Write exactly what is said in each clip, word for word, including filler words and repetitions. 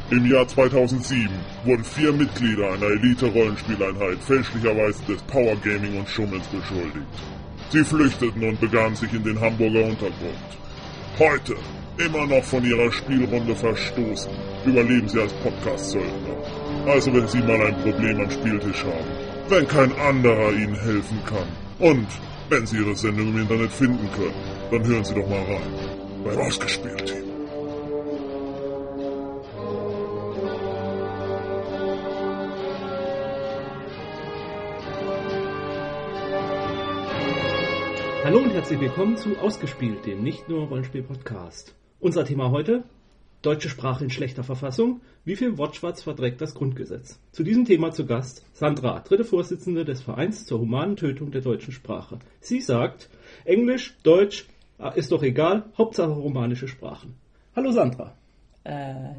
Im Jahr zweitausendsieben wurden vier Mitglieder einer Elite-Rollenspieleinheit fälschlicherweise des Power Gaming und Schummels beschuldigt. Sie flüchteten und begaben sich in den Hamburger Untergrund. Heute, immer noch von ihrer Spielrunde verstoßen, überleben sie als Podcast-Söldner. Also wenn Sie mal ein Problem am Spieltisch haben, wenn kein anderer Ihnen helfen kann und wenn Sie Ihre Sendung im Internet finden können, dann hören Sie doch mal rein beim Ausgespielt-Team. Hallo und herzlich willkommen zu Ausgespielt, dem nicht nur Rollenspiel-Podcast. Unser Thema heute: deutsche Sprache in schlechter Verfassung. Wie viel Wortschwatz verträgt das Grundgesetz? Zu diesem Thema zu Gast Sandra, dritte Vorsitzende des Vereins zur humanen Tötung der deutschen Sprache. Sie sagt, Englisch, Deutsch, ist doch egal, Hauptsache romanische Sprachen. Hallo Sandra. Äh.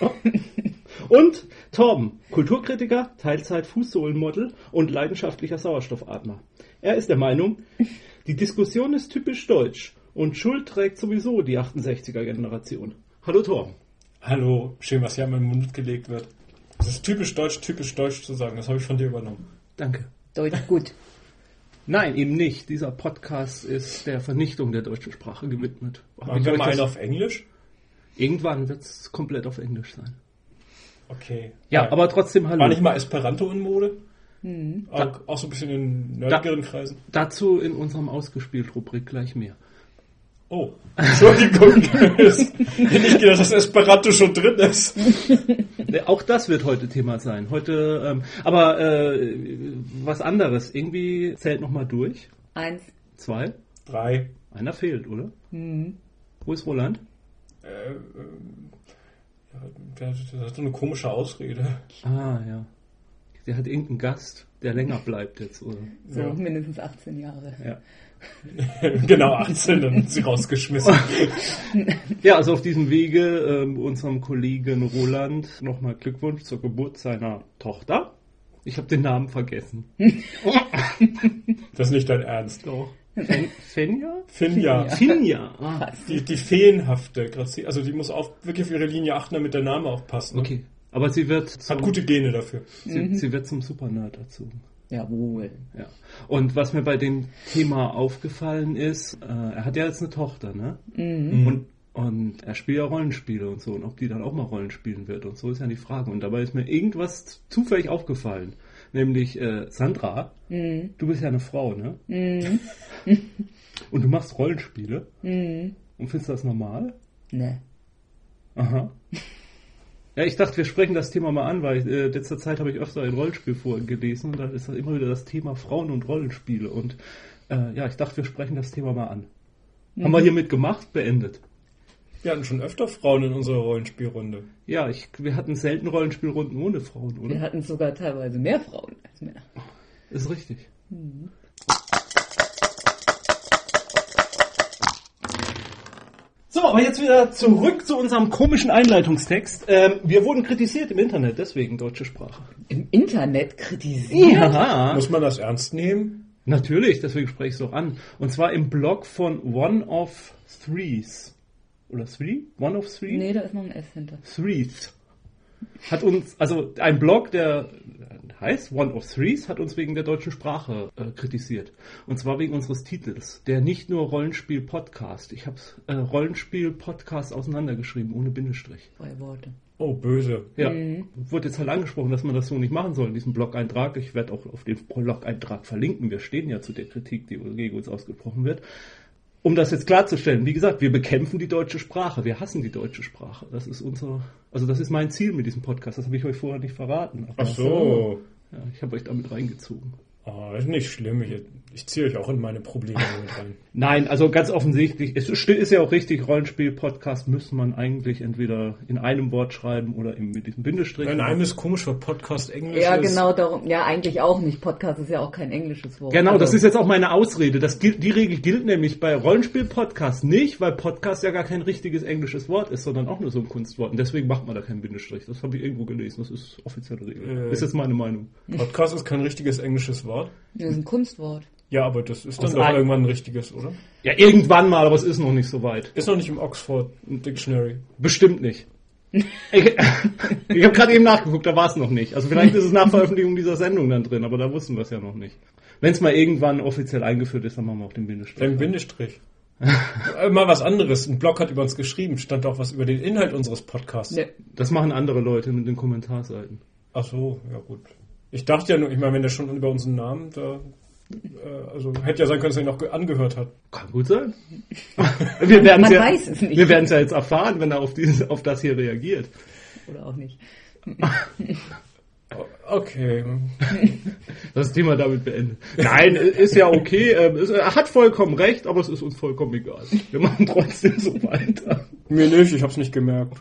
Und Torben, Kulturkritiker, Teilzeit-Fußsohlenmodel und leidenschaftlicher Sauerstoffatmer. Er ist der Meinung, die Diskussion ist typisch deutsch und Schuld trägt sowieso die achtundsechziger-Generation. Hallo Torben. Hallo, schön, was hier an meinen Mund gelegt wird. Es ist typisch deutsch, typisch deutsch zu sagen. Das habe ich von dir übernommen. Danke. Deutsch gut. Nein, eben nicht. Dieser Podcast ist der Vernichtung der deutschen Sprache gewidmet. Machen wir mal einen auf Englisch? Irgendwann wird es komplett auf Englisch sein. Okay. Ja, ja, aber trotzdem hallo. War nicht mal Esperanto in Mode? Hm. Auch, Da, auch so ein bisschen in nerdigeren da, Kreisen? Dazu in unserem Ausgespielt-Rubrik gleich mehr. Oh, Entschuldigung. Nicht gedacht, dass Esperanto schon drin ist. Auch das wird heute Thema sein. Heute, ähm, aber äh, was anderes. Irgendwie zählt nochmal durch. Eins. Zwei. Drei. Einer fehlt, oder? Hm. Wo ist Roland? Äh, äh, der, der hat so eine komische Ausrede. Ah, ja. Der hat irgendeinen Gast, der länger bleibt jetzt, oder? So, Ja. mindestens achtzehn Jahre. Ja. Genau, achtzehn, dann sind sie rausgeschmissen. Ja, also auf diesem Wege ähm, unserem Kollegen Roland nochmal Glückwunsch zur Geburt seiner Tochter. Ich habe den Namen vergessen. Das ist nicht dein Ernst. Doch. Fen- Fenja? Finja. Finja. Ah. Die, die feenhafte, Grazie- also die muss auch wirklich auf ihre Linie achten, damit der Name auch passt. Ne? Okay. Aber sie wird Hat zum, gute Gene dafür. sie, Mhm. sie wird zum Supernerd erzogen. Jawohl. Ja. Und was mir bei dem Thema aufgefallen ist, äh, er hat ja jetzt eine Tochter, ne? Mhm. Und, und er spielt ja Rollenspiele und so. Und ob die dann auch mal Rollen spielen wird und so ist ja die Frage. Und dabei ist mir irgendwas zufällig aufgefallen. Nämlich, äh, Sandra, Mhm. du bist ja eine Frau, ne? Mhm. Und du machst Rollenspiele. Mhm. Und findest du das normal? Ne. Aha. Ja, ich dachte, wir sprechen das Thema mal an, weil äh, letzter Zeit habe ich öfter ein Rollenspiel vorgelesen und da ist immer wieder das Thema Frauen und Rollenspiele. Und äh, ja, ich dachte, wir sprechen das Thema mal an. Mhm. Haben wir hiermit gemacht, beendet. Wir hatten schon öfter Frauen in unserer Rollenspielrunde. Ja, ich, wir hatten selten Rollenspielrunden ohne Frauen, oder? Wir hatten sogar teilweise mehr Frauen als Männer. Ist richtig. Mhm. So, aber jetzt wieder zurück zu unserem komischen Einleitungstext. Ähm, wir wurden kritisiert im Internet, deswegen deutsche Sprache. Im Internet kritisiert? Ja, Muss man das ernst nehmen? natürlich, deswegen spreche ich es auch an. Und zwar im Blog von One of Threes. Oder Three? One of Three? Nee, da ist noch ein S hinter. Threes. Hat uns, also ein Blog, der heißt One of Threes, hat uns wegen der deutschen Sprache äh, kritisiert. Und zwar wegen unseres Titels, der nicht nur Rollenspiel-Podcast. Ich habe äh, Rollenspiel-Podcast auseinandergeschrieben, ohne Bindestrich. Zwei Worte. Oh, böse. Ja, Mhm. wurde jetzt halt angesprochen, dass man das so nicht machen soll in diesem Blog-Eintrag. Ich werde auch auf den Blog-Eintrag verlinken. Wir stehen ja zu der Kritik, die gegen uns ausgesprochen wird. Um das jetzt klarzustellen, wie gesagt, wir bekämpfen die deutsche Sprache, wir hassen die deutsche Sprache. Das ist unser, also das ist mein Ziel mit diesem Podcast, das habe ich euch vorher nicht verraten. Aber Ach so. ja, ich habe euch damit reingezogen. Oh, ist nicht schlimm. Ich, ich ziehe euch auch in meine Probleme mit rein. Nein, also ganz offensichtlich, es ist ja auch richtig, Rollenspiel-Podcast müsste man eigentlich entweder in einem Wort schreiben oder mit diesem Bindestrich. In einem ist komisch, weil Podcast Englisch Ja, ist. genau darum. Ja, eigentlich auch nicht. Podcast ist ja auch kein englisches Wort. Genau, Also, das ist jetzt auch meine Ausrede. Das gilt, die Regel gilt nämlich bei Rollenspiel-Podcast nicht, weil Podcast ja gar kein richtiges englisches Wort ist, sondern auch nur so ein Kunstwort. Und deswegen macht man da keinen Bindestrich. Das habe ich irgendwo gelesen. Das ist offizielle Regel. Äh. Ist jetzt meine Meinung. Podcast ist kein richtiges englisches Wort. Das ist ein Kunstwort. Ja, aber das ist dann Aus doch ein- irgendwann ein richtiges, oder? Ja, irgendwann mal, aber es ist noch nicht so weit. Ist noch nicht im Oxford Dictionary. Bestimmt nicht. Ich, ich habe gerade eben nachgeguckt, da war es noch nicht. Also vielleicht ist es nach Veröffentlichung dieser Sendung dann drin, aber da wussten wir es ja noch nicht. Wenn es mal irgendwann offiziell eingeführt ist, dann machen wir auch den Bindestrich. Den Bindestrich. Mal was anderes. Ein Blog hat über uns geschrieben, stand auch was über den Inhalt unseres Podcasts. Nee, das machen andere Leute mit den Kommentarseiten. Ach so, ja gut. Ich dachte ja nur, ich meine, wenn der schon über unseren Namen da... Also hätte ja sein können, dass er ihn noch angehört hat. Kann gut sein. Wir werden Man ja, weiß es nicht. Wir werden es ja jetzt erfahren, wenn er auf, dieses, auf das hier reagiert. Oder auch nicht. Okay. Das Thema damit beendet. Nein, ist ja okay. Er hat vollkommen recht, aber es ist uns vollkommen egal. Wir machen trotzdem so weiter. Mir nicht, ich hab's nicht gemerkt.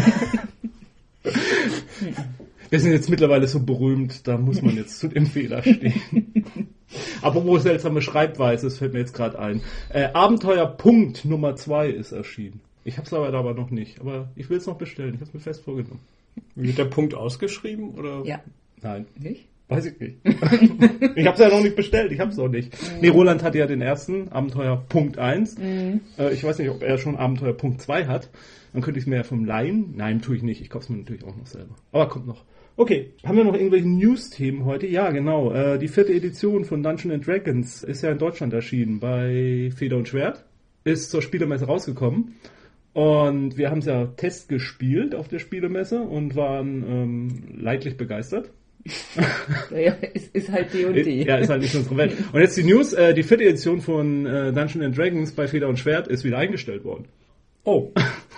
Wir sind jetzt mittlerweile so berühmt, da muss man jetzt zu dem Fehler stehen. Apropos seltsame Schreibweise, das fällt mir jetzt gerade ein. Äh, Abenteuer-Punkt Nummer zwei ist erschienen. Ich habe es aber, aber noch nicht, aber ich will es noch bestellen. Ich habe es mir fest vorgenommen. Wird der Punkt ausgeschrieben? Oder? Ja. Nein. Nicht? Weiß ich nicht. Ich habe es ja noch nicht bestellt, ich habe es noch nicht. Nee, Roland hatte ja den ersten, Abenteuer Punkt eins. Mhm. Äh, ich weiß nicht, ob er schon Abenteuer Punkt zwei hat. Dann könnte ich es mir ja vom leihen. Nein, tue ich nicht. Ich kaufe es mir natürlich auch noch selber. Aber kommt noch. Okay, haben wir noch irgendwelche News-Themen heute? Ja, genau. Äh, die vierte Edition von Dungeons and Dragons ist ja in Deutschland erschienen bei Feder und Schwert. Ist zur Spielemesse rausgekommen. Und wir haben es ja Test gespielt auf der Spielemesse und waren ähm, leidlich begeistert. Ja, ist, ist halt D und D. Ja, ist halt nicht unsere Welt. Und jetzt die News, äh, die vierte Edition von äh, Dungeons and Dragons bei Feder und Schwert ist wieder eingestellt worden. Oh.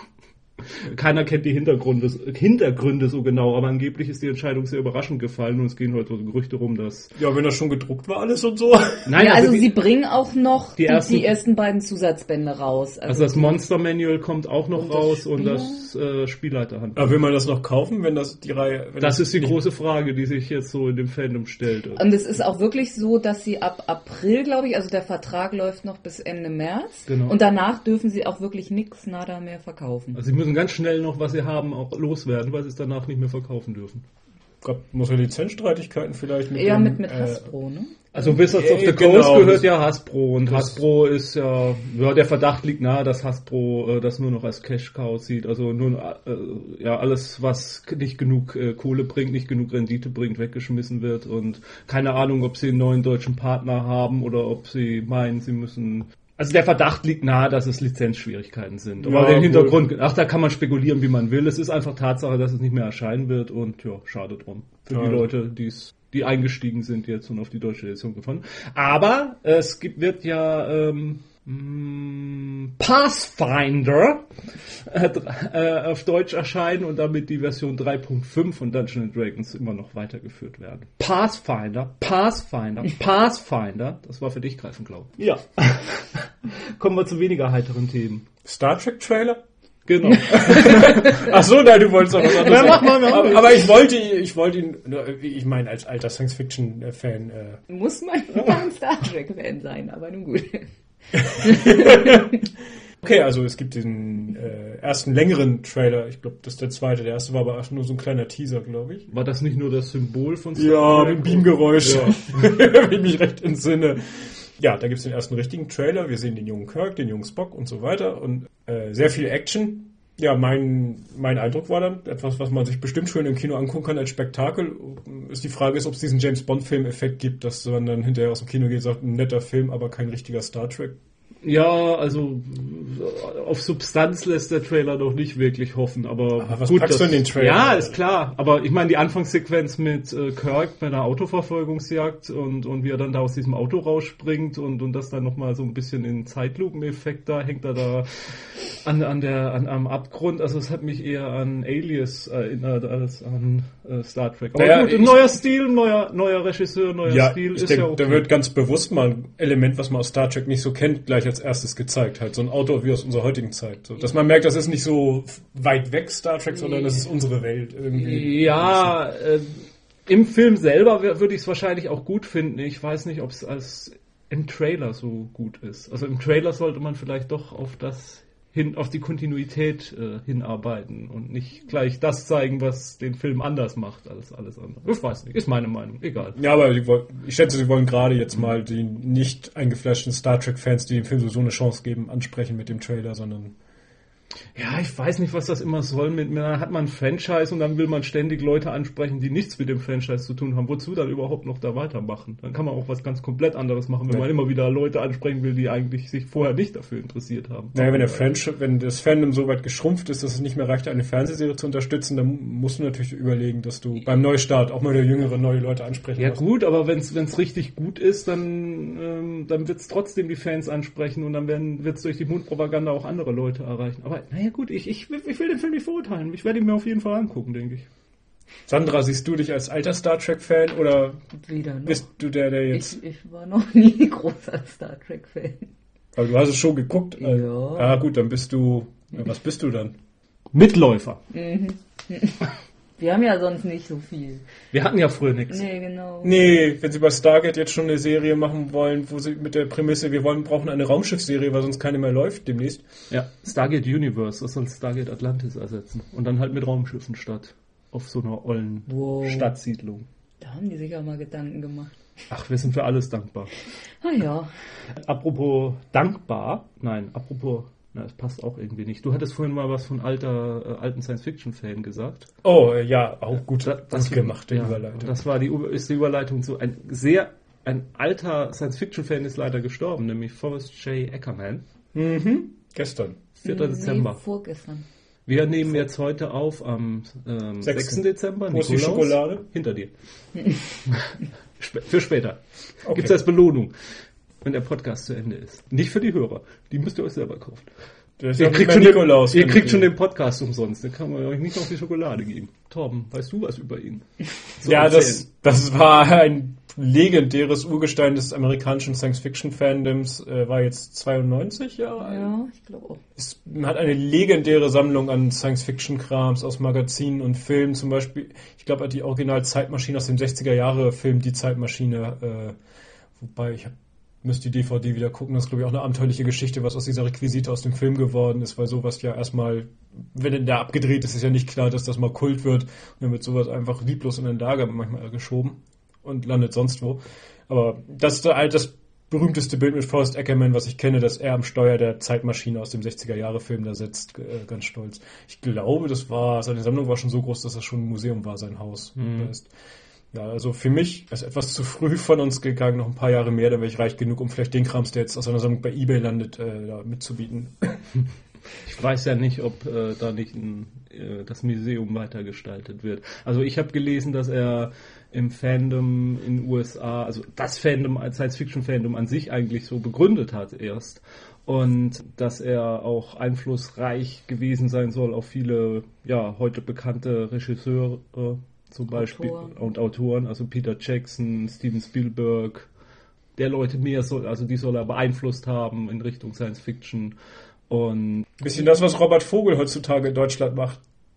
Keiner kennt die Hintergründe, Hintergründe so genau, aber angeblich ist die Entscheidung sehr überraschend gefallen und es gehen heute so Gerüchte rum, dass... Ja, wenn das schon gedruckt war alles und so. Nein, ja, also, also die, sie bringen auch noch die, die, ersten, die ersten beiden Zusatzbände raus. Also, also das Monster Manual kommt auch noch und raus und das äh, Spielleiterhandbuch. Aber will man das noch kaufen, wenn das die Reihe... Wenn das, das ist die nicht... große Frage, die sich jetzt so in dem Fandom stellt. Und es ist auch wirklich so, dass sie ab April, glaube ich, also der Vertrag läuft noch bis Ende März. Genau. Und danach dürfen sie auch wirklich nichts nada mehr verkaufen. Also sie müssen ganz schnell noch was sie haben, auch loswerden, weil sie es danach nicht mehr verkaufen dürfen. Gab muss ja Lizenzstreitigkeiten vielleicht mit Ja, dem, mit, mit äh, Hasbro, ne? Also Wizards of the äh, Coast genau, gehört das, ja Hasbro und Hasbro ist ja, ja, der Verdacht liegt nahe, dass Hasbro äh, das nur noch als Cash-Cow sieht. Also nur äh, ja alles, was nicht genug äh, Kohle bringt, nicht genug Rendite bringt, weggeschmissen wird und keine Ahnung, ob sie einen neuen deutschen Partner haben oder ob sie meinen, sie müssen... Also der Verdacht liegt nahe, dass es Lizenzschwierigkeiten sind. Aber ja, den Hintergrund, ach, da kann man spekulieren, wie man will. Es ist einfach Tatsache, dass es nicht mehr erscheinen wird und ja, schade drum. Für ja. die Leute, die's, die eingestiegen sind jetzt und auf die deutsche Edition gefunden. Aber es gibt, wird ja ähm, Pathfinder äh, äh, auf Deutsch erscheinen und damit die Version drei Punkt fünf von Dungeons and Dragons immer noch weitergeführt werden. Pathfinder, Pathfinder, Pathfinder, das war für dich greifen, glaube ich. Ja. Kommen wir zu weniger heiteren Themen. Star Trek Trailer? Genau. Ach so, nein, du wolltest auch was anderes ja, mach mal, mach aber, aber ich wollte, ich wollte ihn, ich meine, als alter Science-Fiction-Fan. Äh Muss man ein Star Trek-Fan sein, aber nun gut. Okay, also es gibt diesen äh, ersten längeren Trailer, ich glaube, das ist der zweite, der erste war aber nur so ein kleiner Teaser, glaube ich. War das nicht nur das Symbol von Star Ja, Trek? mit Beamgeräusch, ja. wenn ich mich recht entsinne. Ja, da gibt's den ersten richtigen Trailer, wir sehen den jungen Kirk, den jungen Spock und so weiter und äh, sehr viel Action. Ja, mein, mein Eindruck war dann, etwas, was man sich bestimmt schön im Kino angucken kann als Spektakel, ist die Frage ist, ob es diesen James-Bond-Film-Effekt gibt, dass man dann hinterher aus dem Kino geht und sagt, ein netter Film, aber kein richtiger Star Trek. Ja, also auf Substanz lässt der Trailer doch nicht wirklich hoffen, aber, aber was gut, packst das, du in den Trailer? Ja, ist klar, aber ich meine die Anfangssequenz mit äh, Kirk bei einer Autoverfolgungsjagd und und wie er dann da aus diesem Auto rausspringt und und das dann nochmal so ein bisschen in Zeitlupeneffekt da hängt er da an an der an am Abgrund, also es hat mich eher an Alias erinnert als an äh, Star Trek. Aber ja, gut, ein neuer Stil, neuer neuer Regisseur, neuer ja, Stil ist denk, ja okay. Da wird ganz bewusst mal ein Element, was man aus Star Trek nicht so kennt, gleich als erstes gezeigt. Halt so ein Auto wie aus unserer heutigen Zeit. So, dass man merkt, das ist nicht so weit weg Star Trek, sondern das ist unsere Welt irgendwie. Ja, äh, im Film selber würde ich es wahrscheinlich auch gut finden. Ich weiß nicht, ob es als im Trailer so gut ist. Also im Trailer sollte man vielleicht doch auf das hin, auf die Kontinuität äh, hinarbeiten und nicht gleich das zeigen, was den Film anders macht als alles andere. Ich weiß nicht, ist meine Meinung, egal. Ja, aber ich, ich schätze, sie wollen gerade jetzt mal die nicht eingefleischten Star Trek-Fans, die dem Film so eine Chance geben, ansprechen mit dem Trailer, sondern... Ja, ich weiß nicht, was das immer soll. Mit, dann hat man ein Franchise und dann will man ständig Leute ansprechen, die nichts mit dem Franchise zu tun haben. Wozu dann überhaupt noch da weitermachen? Dann kann man auch was ganz komplett anderes machen, wenn ja. man immer wieder Leute ansprechen will, die eigentlich sich vorher nicht dafür interessiert haben. Naja, wenn der Franchise, wenn das Fandom so weit geschrumpft ist, dass es nicht mehr reicht, eine Fernsehserie zu unterstützen, dann musst du natürlich überlegen, dass du beim Neustart auch mal wieder jüngere, neue Leute ansprechen Ja musst. Gut, aber wenn es richtig gut ist, dann, ähm, dann wird es trotzdem die Fans ansprechen und dann wird es durch die Mundpropaganda auch andere Leute erreichen. Aber naja gut, ich, ich, ich will den Film nicht verurteilen. Ich werde ihn mir auf jeden Fall angucken, denke ich. Sandra, siehst du dich als alter Star Trek-Fan oder Weder noch. bist du der, der jetzt... Ich, ich war noch nie großer Star Trek-Fan. Aber du hast es schon geguckt. Ja. Also, ah gut, dann bist du... Ja, was bist du dann? Mitläufer. Mhm. Wir haben ja sonst nicht so viel. Wir hatten ja früher nichts. Nee, genau. Nee, wenn sie bei Stargate jetzt schon eine Serie machen wollen, wo sie mit der Prämisse, wir wollen brauchen eine Raumschiffserie, weil sonst keine mehr läuft demnächst. Ja, Stargate Universe, das soll Stargate Atlantis ersetzen. Und dann halt mit Raumschiffen statt. Auf so einer ollen Wow. Stadtsiedlung. Da haben die sich auch mal Gedanken gemacht. Ach, wir sind für alles dankbar. Ah ja. Apropos dankbar, nein, apropos, na, das passt auch irgendwie nicht. Du hattest vorhin mal was von alter, äh, alten Science-Fiction-Fan gesagt. Oh, ja, auch gut, das, das gemachte ja, Überleitung. Das war die, ist die Überleitung zu ein sehr, ein alter Science-Fiction-Fan ist leider gestorben, nämlich Forrest J. Ackerman. Mhm, gestern. vierter Nee, Dezember. vorgestern. Wir nehmen jetzt heute auf am ähm, sechsten Dezember. Wo ist die Schokolade? Hinter dir. Für später. Okay. Gibt es als Belohnung, wenn der Podcast zu Ende ist. Nicht für die Hörer. Die müsst ihr euch selber kaufen. Das ist Ihr ja kriegt, wie bei schon, Nikolaus, den, ihr wenn kriegt ich- schon den Podcast umsonst. Den kann man euch nicht auf die Schokolade geben. Torben, weißt du was über ihn? So Ja, erzählen. das, das war ein legendäres Urgestein des amerikanischen Science-Fiction-Fandoms, äh, war jetzt zweiundneunzig Jahre alt. Ja, ich glaube auch. Es hat eine legendäre Sammlung an Science-Fiction-Krams aus Magazinen und Filmen. Zum Beispiel, ich glaube, die Original-Zeitmaschine aus dem sechziger-Jahre-Film Die Zeitmaschine. Äh, wobei, ich hab, müsste die D V D wieder gucken. Das ist, glaube ich, auch eine abenteuerliche Geschichte, was aus dieser Requisite aus dem Film geworden ist, weil sowas ja erstmal, wenn der abgedreht ist, ist ja nicht klar, dass das mal Kult wird. Und dann wird sowas einfach lieblos in den Lager manchmal geschoben und landet sonst wo. Aber das ist halt das berühmteste Bild mit Forrest Ackerman, was ich kenne, dass er am Steuer der Zeitmaschine aus dem sechziger-Jahre-Film da sitzt, äh, ganz stolz. Ich glaube, das war, seine Sammlung war schon so groß, dass das schon ein Museum war, sein Haus. Mhm. Da ist, ja, also für mich ist etwas zu früh von uns gegangen, noch ein paar Jahre mehr, dann wäre ich reich genug, um vielleicht den Krams, der jetzt aus seiner Sammlung bei eBay landet, äh, da mitzubieten. Ich weiß ja nicht, ob äh, da nicht ein, äh, das Museum weitergestaltet wird. Also ich habe gelesen, dass er im Fandom in den U S A, also das Fandom als Science-Fiction-Fandom an sich eigentlich so begründet hat erst. Und dass er auch einflussreich gewesen sein soll auf viele, ja, heute bekannte Regisseure äh, zum Beispiel Autoren. und Autoren, also Peter Jackson, Steven Spielberg, der Leute mehr soll, also die soll er beeinflusst haben in Richtung Science-Fiction. Und Bisschen das, was Robert Vogel heutzutage in Deutschland macht.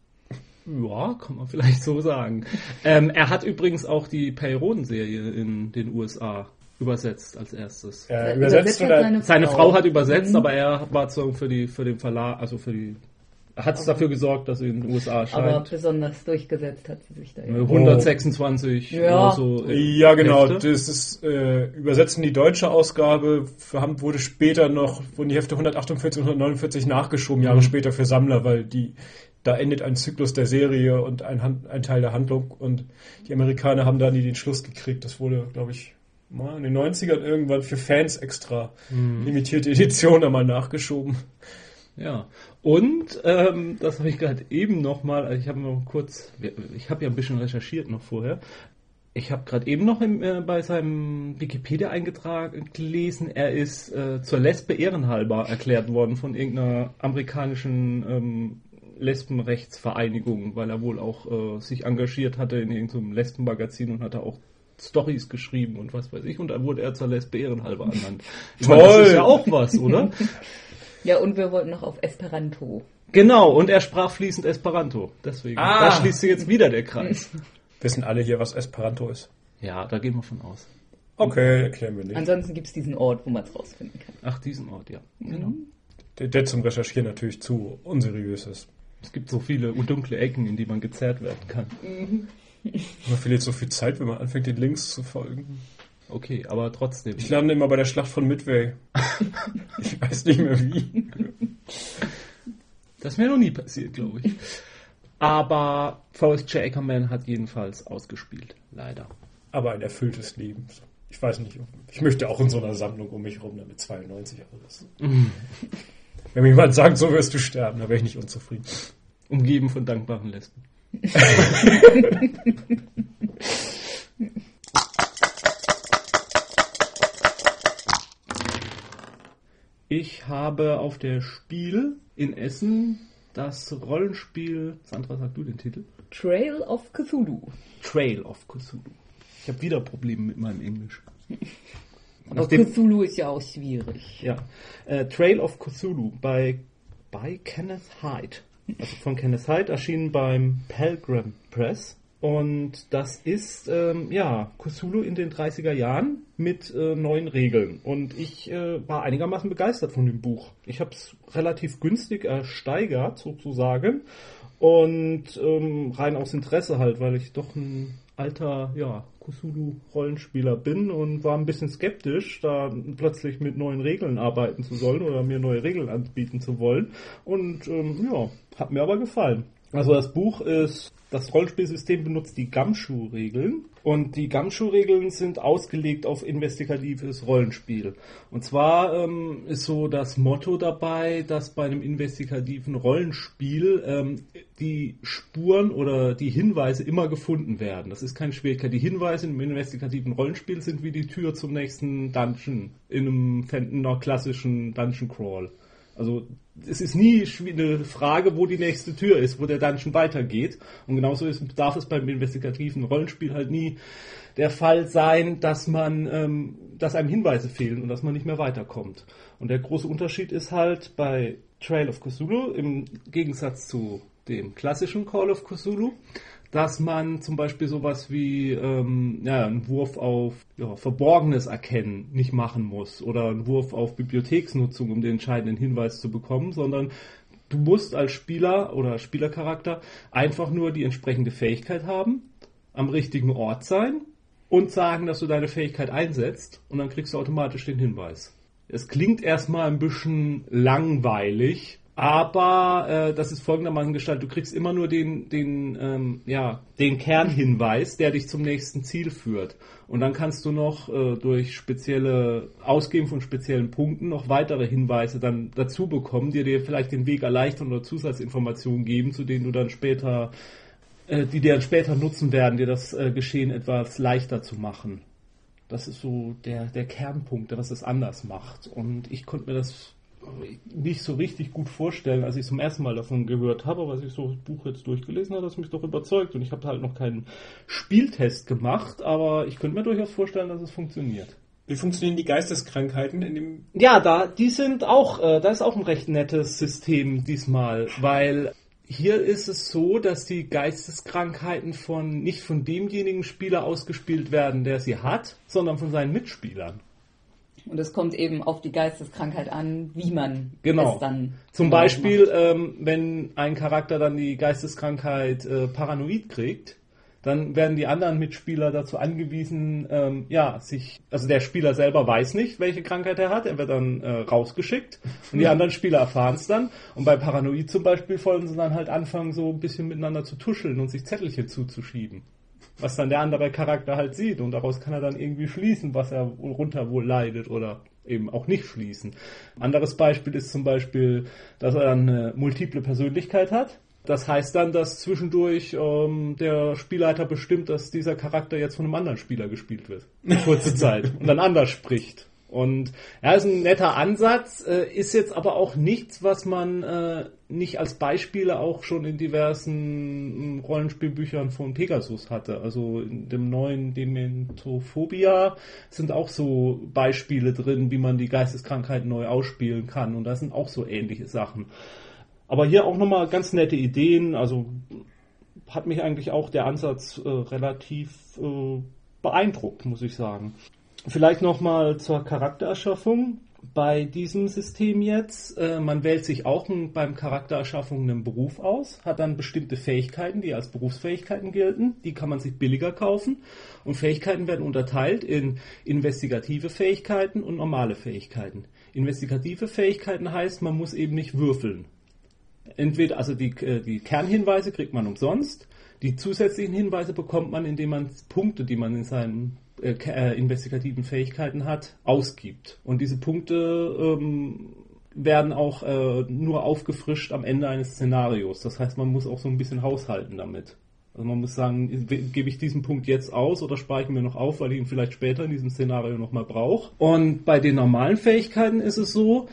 ja, kann man vielleicht so sagen. ähm, er hat übrigens auch die Perioden-Serie in den U S A übersetzt als erstes. Äh, übersetzt oder? seine, Seine Frau hat übersetzt, Mhm. aber er war so für die für den Verlag, also für die hat es dafür gesorgt, dass sie in den U S A Aber erscheint. besonders durchgesetzt hat sie sich da. Ja. hundertsechsundzwanzig Ja. oder so. äh, Ja, genau. Hefte. Das ist äh, übersetzen die deutsche Ausgabe, für, haben, wurde später noch, wurden die Hefte hundertachtundvierzig und hundertneunundvierzig nachgeschoben, Jahre Mhm. später für Sammler, weil die da endet ein Zyklus der Serie und ein, Han- ein Teil der Handlung und die Amerikaner haben da nie den Schluss gekriegt. Das wurde, glaube ich, mal in den neunzigern irgendwann für Fans extra limitierte Edition einmal nachgeschoben. Ja, und ähm, das habe ich gerade eben nochmal, also ich habe noch kurz, ich habe ja ein bisschen recherchiert noch vorher. Ich habe gerade eben noch im, äh, bei seinem Wikipedia-Eingetrag gelesen, er ist äh, zur Lesbe ehrenhalber erklärt worden von irgendeiner amerikanischen ähm, Lesbenrechtsvereinigung, weil er wohl auch äh, sich engagiert hatte in irgendeinem Lesbenmagazin und hatte auch Storys geschrieben und was weiß ich, und da wurde er zur Lesbe ehrenhalber ernannt. Ich meine, das Toll! ist ja auch was, oder? Ja, und wir wollten noch auf Esperanto. Genau, und er sprach fließend Esperanto. Deswegen, Ah. da schließt sich jetzt wieder der Kreis. Wissen alle hier, was Esperanto ist? Ja, da gehen wir von aus. Okay, erklären wir nicht. Ansonsten gibt es diesen Ort, wo man es rausfinden kann. Ach, diesen Ort, ja. Genau. Der, der zum Recherchieren natürlich zu unseriös ist. Es gibt so viele dunkle Ecken, in die man gezerrt werden kann. Man verliert so viel Zeit, wenn man anfängt, den Links zu folgen. Okay, aber trotzdem. Ich lande immer bei der Schlacht von Midway. Ich weiß nicht mehr wie. Das ist mir noch nie passiert, glaube ich. Aber Forrest J. Ackerman hat jedenfalls ausgespielt, leider. Aber ein erfülltes Leben. Ich weiß nicht, ich möchte auch in so einer Sammlung um mich rum, damit zweiundneunzig alles. Wenn mir jemand sagt, so wirst du sterben, dann wäre ich nicht unzufrieden. Umgeben von dankbaren Lesben. Ich habe auf der Spiel in Essen das Rollenspiel, Sandra, sag du den Titel? Trail of Cthulhu. Trail of Cthulhu. Ich habe wieder Probleme mit meinem Englisch. Aber Nachdem, Cthulhu ist ja auch schwierig. Ja, äh, Trail of Cthulhu bei, bei Kenneth Hyde. Also von Kenneth Hyde, erschienen beim Pelgrim Press. Und das ist, ähm, ja, Cthulhu in den dreißiger Jahren mit äh, neuen Regeln. Und ich äh, war einigermaßen begeistert von dem Buch. Ich habe es relativ günstig ersteigert, sozusagen. Und ähm, rein aus Interesse halt, weil ich doch ein alter, ja, Cthulhu-Rollenspieler bin und war ein bisschen skeptisch, da plötzlich mit neuen Regeln arbeiten zu sollen oder mir neue Regeln anbieten zu wollen. Und ähm, ja, hat mir aber gefallen. Also das Buch ist, das Rollenspielsystem benutzt die Gumshoe-Regeln und die Gumshoe-Regeln sind ausgelegt auf investigatives Rollenspiel. Und zwar ähm, ist so das Motto dabei, dass bei einem investigativen Rollenspiel ähm, die Spuren oder die Hinweise immer gefunden werden. Das ist keine Schwierigkeit. Die Hinweise im investigativen Rollenspiel sind wie die Tür zum nächsten Dungeon in einem, in einer klassischen Dungeon Crawl. Also es ist nie eine Frage, wo die nächste Tür ist, wo der Dungeon weitergeht. Und genauso ist, darf es beim investigativen Rollenspiel halt nie der Fall sein, dass man, ähm, dass einem Hinweise fehlen und dass man nicht mehr weiterkommt. Und der große Unterschied ist halt bei Trail of Cthulhu im Gegensatz zu dem klassischen Call of Cthulhu, dass man zum Beispiel sowas wie ähm, ja, einen Wurf auf ja, Verborgenes erkennen nicht machen muss oder einen Wurf auf Bibliotheksnutzung, um den entscheidenden Hinweis zu bekommen, sondern du musst als Spieler oder Spielercharakter einfach nur die entsprechende Fähigkeit haben, am richtigen Ort sein und sagen, dass du deine Fähigkeit einsetzt und dann kriegst du automatisch den Hinweis. Es klingt erstmal ein bisschen langweilig, aber äh, das ist folgendermaßen gestaltet. Du kriegst immer nur den, den, ähm, ja, den Kernhinweis, der dich zum nächsten Ziel führt. Und dann kannst du noch äh, durch spezielle Ausgeben von speziellen Punkten noch weitere Hinweise dann dazu bekommen, die dir vielleicht den Weg erleichtern oder Zusatzinformationen geben, zu denen du dann später, äh, die dir dann später nutzen werden, dir das äh, Geschehen etwas leichter zu machen. Das ist so der, der Kernpunkt, der was es anders macht. Und ich konnte mir das nicht so richtig gut vorstellen, als ich zum ersten Mal davon gehört habe, aber als ich so das Buch jetzt durchgelesen habe, hat es mich doch überzeugt und ich habe halt noch keinen Spieltest gemacht, aber ich könnte mir durchaus vorstellen, dass es funktioniert. Wie funktionieren die Geisteskrankheiten in dem... Ja, da, die sind auch, äh, da ist auch ein recht nettes System diesmal, weil hier ist es so, dass die Geisteskrankheiten von, nicht von demjenigen Spieler ausgespielt werden, der sie hat, sondern von seinen Mitspielern. Und es kommt eben auf die Geisteskrankheit an, wie man genau. es dann Zum Beispiel, ähm, wenn ein Charakter dann die Geisteskrankheit äh, paranoid kriegt, dann werden die anderen Mitspieler dazu angewiesen, ähm, ja, sich, also der Spieler selber weiß nicht, welche Krankheit er hat, er wird dann äh, rausgeschickt und die anderen Spieler erfahren es dann. Und bei Paranoid zum Beispiel wollen sie dann halt anfangen, so ein bisschen miteinander zu tuscheln und sich Zettelchen zuzuschieben. Was dann der andere Charakter halt sieht und daraus kann er dann irgendwie schließen, was er runter wohl leidet oder eben auch nicht schließen. Anderes Beispiel ist zum Beispiel, dass er dann eine multiple Persönlichkeit hat. Das heißt dann, dass zwischendurch ähm, der Spielleiter bestimmt, dass dieser Charakter jetzt von einem anderen Spieler gespielt wird. Eine kurze Zeit. Und dann anders spricht. Und ja, ist ein netter Ansatz, äh, ist jetzt aber auch nichts, was man äh, nicht als Beispiele auch schon in diversen äh, Rollenspielbüchern von Pegasus hatte. Also in dem neuen Dementophobia sind auch so Beispiele drin, wie man die Geisteskrankheit neu ausspielen kann. Und da sind auch so ähnliche Sachen. Aber hier auch nochmal ganz nette Ideen. Also hat mich eigentlich auch der Ansatz äh, relativ äh, beeindruckt, muss ich sagen. Vielleicht nochmal zur Charaktererschaffung bei diesem System jetzt. Äh, man wählt sich auch ein, beim Charaktererschaffung einen Beruf aus, hat dann bestimmte Fähigkeiten, die als Berufsfähigkeiten gelten. Die kann man sich billiger kaufen. Und Fähigkeiten werden unterteilt in investigative Fähigkeiten und normale Fähigkeiten. Investigative Fähigkeiten heißt, man muss eben nicht würfeln. Entweder, also die, die Kernhinweise kriegt man umsonst, die zusätzlichen Hinweise bekommt man, indem man Punkte, die man in seinen äh, investigativen Fähigkeiten hat, ausgibt. Und diese Punkte ähm, werden auch äh, nur aufgefrischt am Ende eines Szenarios. Das heißt, man muss auch so ein bisschen haushalten damit. Also man muss sagen, gebe ich diesen Punkt jetzt aus oder spare ich mir noch auf, weil ich ihn vielleicht später in diesem Szenario nochmal brauche. Und bei den normalen Fähigkeiten ist es so,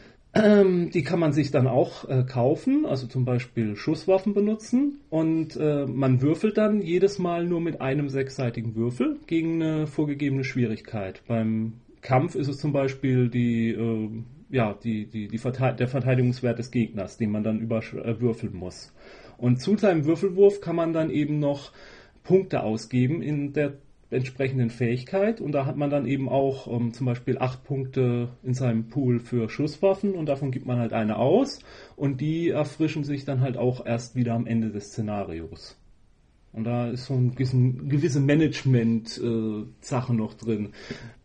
ähm, die kann man sich dann auch äh, kaufen, also zum Beispiel Schusswaffen benutzen. Und äh, man würfelt dann jedes Mal nur mit einem sechsseitigen Würfel gegen eine vorgegebene Schwierigkeit. Beim Kampf ist es zum Beispiel die... Äh, ja, die, die, die Verte- der Verteidigungswert des Gegners, den man dann überwürfeln muss. Und zu seinem Würfelwurf kann man dann eben noch Punkte ausgeben in der entsprechenden Fähigkeit. Und da hat man dann eben auch um, zum Beispiel acht Punkte in seinem Pool für Schusswaffen und davon gibt man halt eine aus. Und die erfrischen sich dann halt auch erst wieder am Ende des Szenarios. Und da ist so ein gewisse Management-Sache äh, noch drin.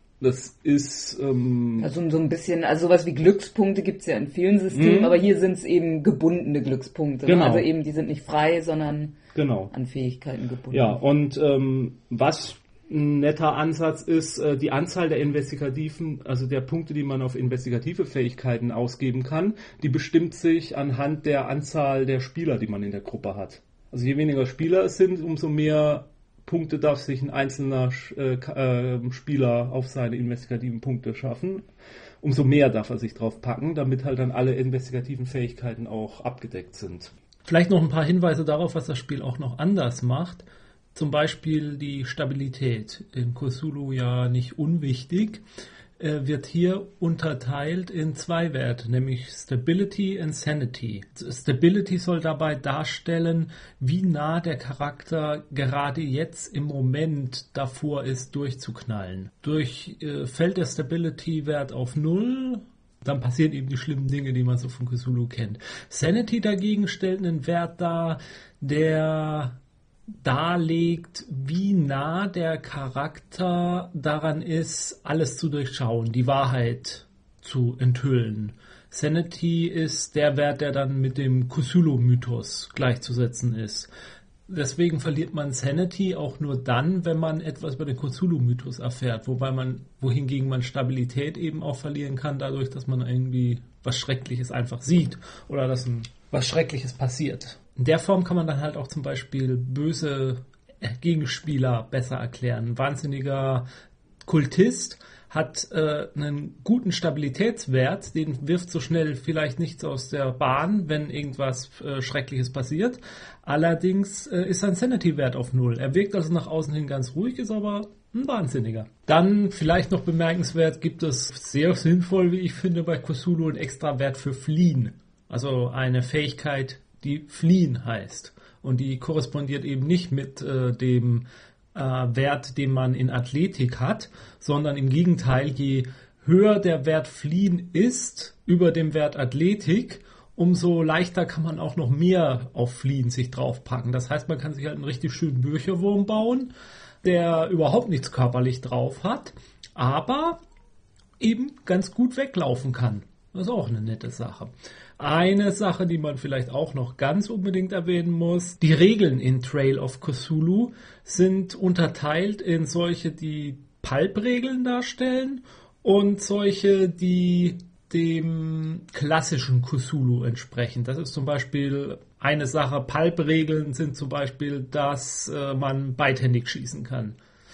Das ist... Ähm, also so ein bisschen, also sowas wie Glückspunkte gibt es ja in vielen Systemen, mh. aber hier sind es eben gebundene Glückspunkte. Genau. Ne? Also eben, die sind nicht frei, sondern genau. an Fähigkeiten gebunden. Ja, und ähm, was ein netter Ansatz ist, äh, die Anzahl der investigativen, also der Punkte, die man auf investigative Fähigkeiten ausgeben kann, die bestimmt sich anhand der Anzahl der Spieler, die man in der Gruppe hat. Also je weniger Spieler es sind, umso mehr Punkte darf sich ein einzelner äh, äh, Spieler auf seine investigativen Punkte schaffen. Umso mehr darf er sich drauf packen, damit halt dann alle investigativen Fähigkeiten auch abgedeckt sind. Vielleicht noch ein paar Hinweise darauf, was das Spiel auch noch anders macht. Zum Beispiel die Stabilität. In Cthulhu ja nicht unwichtig. Wird hier unterteilt in zwei Werte, nämlich Stability und Sanity. Stability soll dabei darstellen, wie nah der Charakter gerade jetzt im Moment davor ist, durchzuknallen. Durch äh, fällt der Stability-Wert auf null, dann passieren eben die schlimmen Dinge, die man so von Cthulhu kennt. Sanity dagegen stellt einen Wert dar, der darlegt, wie nah der Charakter daran ist, alles zu durchschauen, die Wahrheit zu enthüllen. Sanity ist der Wert, der dann mit dem Cthulhu-Mythos gleichzusetzen ist. Deswegen verliert man Sanity auch nur dann, wenn man etwas über den Cthulhu-Mythos erfährt, wobei man, wohingegen man Stabilität eben auch verlieren kann, dadurch, dass man irgendwie was Schreckliches einfach sieht oder dass ein, was Schreckliches passiert. In der Form kann man dann halt auch zum Beispiel böse Gegenspieler besser erklären. Ein wahnsinniger Kultist hat äh, einen guten Stabilitätswert, den wirft so schnell vielleicht nichts aus der Bahn, wenn irgendwas äh, Schreckliches passiert. Allerdings äh, ist sein Sanity-Wert auf null. Er wirkt also nach außen hin ganz ruhig, ist aber ein Wahnsinniger. Dann vielleicht noch bemerkenswert, gibt es sehr sinnvoll, wie ich finde, bei Cthulhu einen extra Wert für Fliehen. Also eine Fähigkeit, die Fliehen heißt. Und die korrespondiert eben nicht mit äh, dem äh, Wert, den man in Athletik hat, sondern im Gegenteil, je höher der Wert Fliehen ist über dem Wert Athletik, umso leichter kann man auch noch mehr auf Fliehen sich draufpacken. Das heißt, man kann sich halt einen richtig schönen Bücherwurm bauen, der überhaupt nichts körperlich drauf hat, aber eben ganz gut weglaufen kann. Das ist auch eine nette Sache. Eine Sache, die man vielleicht auch noch ganz unbedingt erwähnen muss, die Regeln in Trail of Cthulhu sind unterteilt in solche, die Pulp-Regeln darstellen und solche, die dem klassischen Cthulhu entsprechen. Das ist zum Beispiel eine Sache, Pulp-Regeln sind zum Beispiel, dass äh, man beidhändig schießen kann.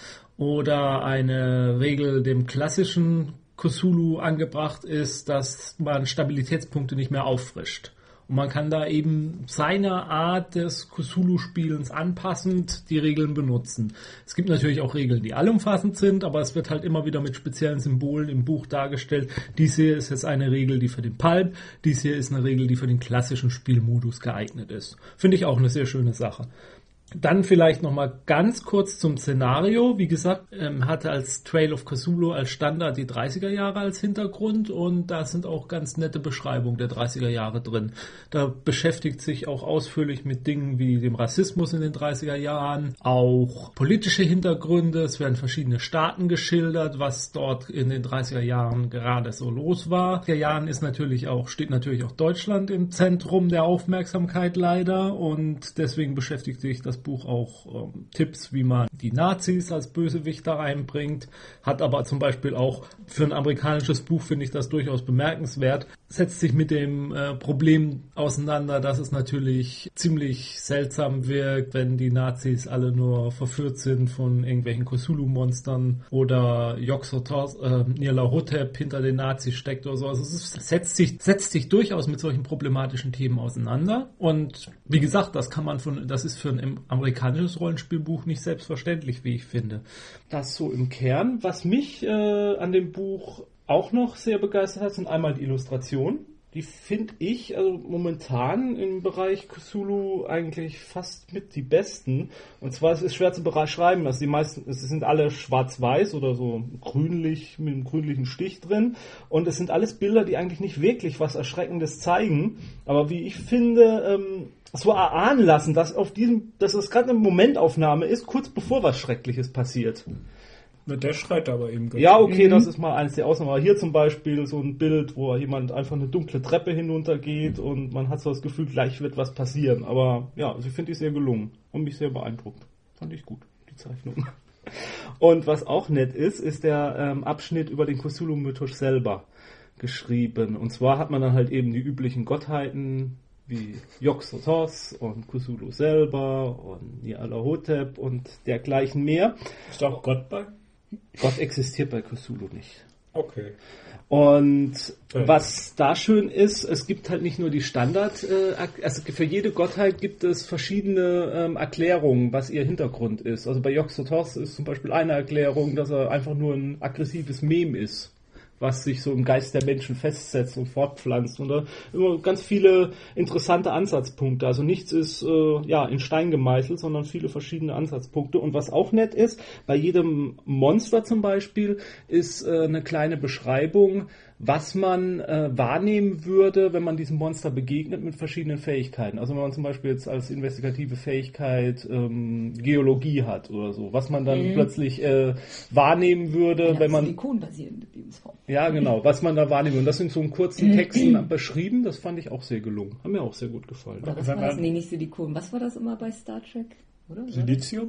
Oder eine Regel dem klassischen Cthulhu angebracht ist, dass man Stabilitätspunkte nicht mehr auffrischt. Und man kann da eben seiner Art des Cthulhu-Spielens anpassend die Regeln benutzen. Es gibt natürlich auch Regeln, die allumfassend sind, aber es wird halt immer wieder mit speziellen Symbolen im Buch dargestellt. Dies hier ist jetzt eine Regel, die für den Pulp, dies hier ist eine Regel, die für den klassischen Spielmodus geeignet ist. Finde ich auch eine sehr schöne Sache. Dann vielleicht nochmal ganz kurz zum Szenario. Wie gesagt, ähm, hatte als Trail of Cthulhu als Standard die dreißiger Jahre als Hintergrund und da sind auch ganz nette Beschreibungen der dreißiger Jahre drin. Da beschäftigt sich auch ausführlich mit Dingen wie dem Rassismus in den dreißiger Jahren, auch politische Hintergründe. Es werden verschiedene Staaten geschildert, was dort in den dreißiger Jahren gerade so los war. In den Jahren ist natürlich auch, steht natürlich auch Deutschland im Zentrum der Aufmerksamkeit leider und deswegen beschäftigt sich das Buch auch ähm, Tipps, wie man die Nazis als Bösewichter reinbringt, hat aber zum Beispiel auch für ein amerikanisches Buch, finde ich das durchaus bemerkenswert, setzt sich mit dem äh, Problem auseinander, dass es natürlich ziemlich seltsam wirkt, wenn die Nazis alle nur verführt sind von irgendwelchen Cthulhu-Monstern oder Yog-Sothoth, äh, Nyarlathotep hinter den Nazis steckt oder so. Also es setzt sich, setzt sich durchaus mit solchen problematischen Themen auseinander und wie gesagt, das kann man von, das ist für ein amerikanisches Rollenspielbuch nicht selbstverständlich, wie ich finde. Das so im Kern. Was mich äh, an dem Buch auch noch sehr begeistert hat, sind einmal die Illustrationen. Die finde ich also momentan im Bereich Cthulhu eigentlich fast mit die besten. Und zwar es ist schwer zu beschreiben, also die meisten, es sind alle schwarz-weiß oder so grünlich mit einem grünlichen Stich drin. Und es sind alles Bilder, die eigentlich nicht wirklich was Erschreckendes zeigen. Aber wie ich finde, ähm, so erahnen lassen, dass auf diesem, dass das gerade eine Momentaufnahme ist, kurz bevor was Schreckliches passiert. Der schreit aber eben ganz Ja, okay, das ist mal eines der Ausnahmen. Aber hier zum Beispiel so ein Bild, wo jemand einfach eine dunkle Treppe hinuntergeht und man hat so das Gefühl, gleich wird was passieren. Aber ja, also ich finde die sehr gelungen und mich sehr beeindruckt. Fand ich gut, die Zeichnung. Und was auch nett ist, ist der ähm, Abschnitt über den Cthulhu-Mythos selber geschrieben. Und zwar hat man dann halt eben die üblichen Gottheiten wie Yog-Sothoth und Cthulhu selber und Nyarlathotep und dergleichen mehr. Ist da auch Gott bei? Gott existiert bei Cthulhu nicht. Okay. Und ja. Was da schön ist, es gibt halt nicht nur die Standard, äh, also für jede Gottheit gibt es verschiedene ähm, Erklärungen, was ihr Hintergrund ist. Also bei Yog-Sothoth ist zum Beispiel eine Erklärung, dass er einfach nur ein aggressives Mem ist, was sich so im Geist der Menschen festsetzt und fortpflanzt. Und da immer ganz viele interessante Ansatzpunkte. Also nichts ist äh, ja in Stein gemeißelt, sondern viele verschiedene Ansatzpunkte. Und was auch nett ist, bei jedem Monster zum Beispiel ist äh, eine kleine Beschreibung, was man äh, wahrnehmen würde, wenn man diesem Monster begegnet mit verschiedenen Fähigkeiten. Also wenn man zum Beispiel jetzt als investigative Fähigkeit ähm, Geologie hat oder so, was man dann mhm. plötzlich äh, wahrnehmen würde, ja, wenn man... Silikonbasierende Lebensform. Ja, genau, was man da wahrnehmen. Und das sind so in kurzen Texten beschrieben, das fand ich auch sehr gelungen. Hat mir auch sehr gut gefallen. Oder was war das? Nee, nicht Silikon. Was war das immer bei Star Trek? Oder? Silizium?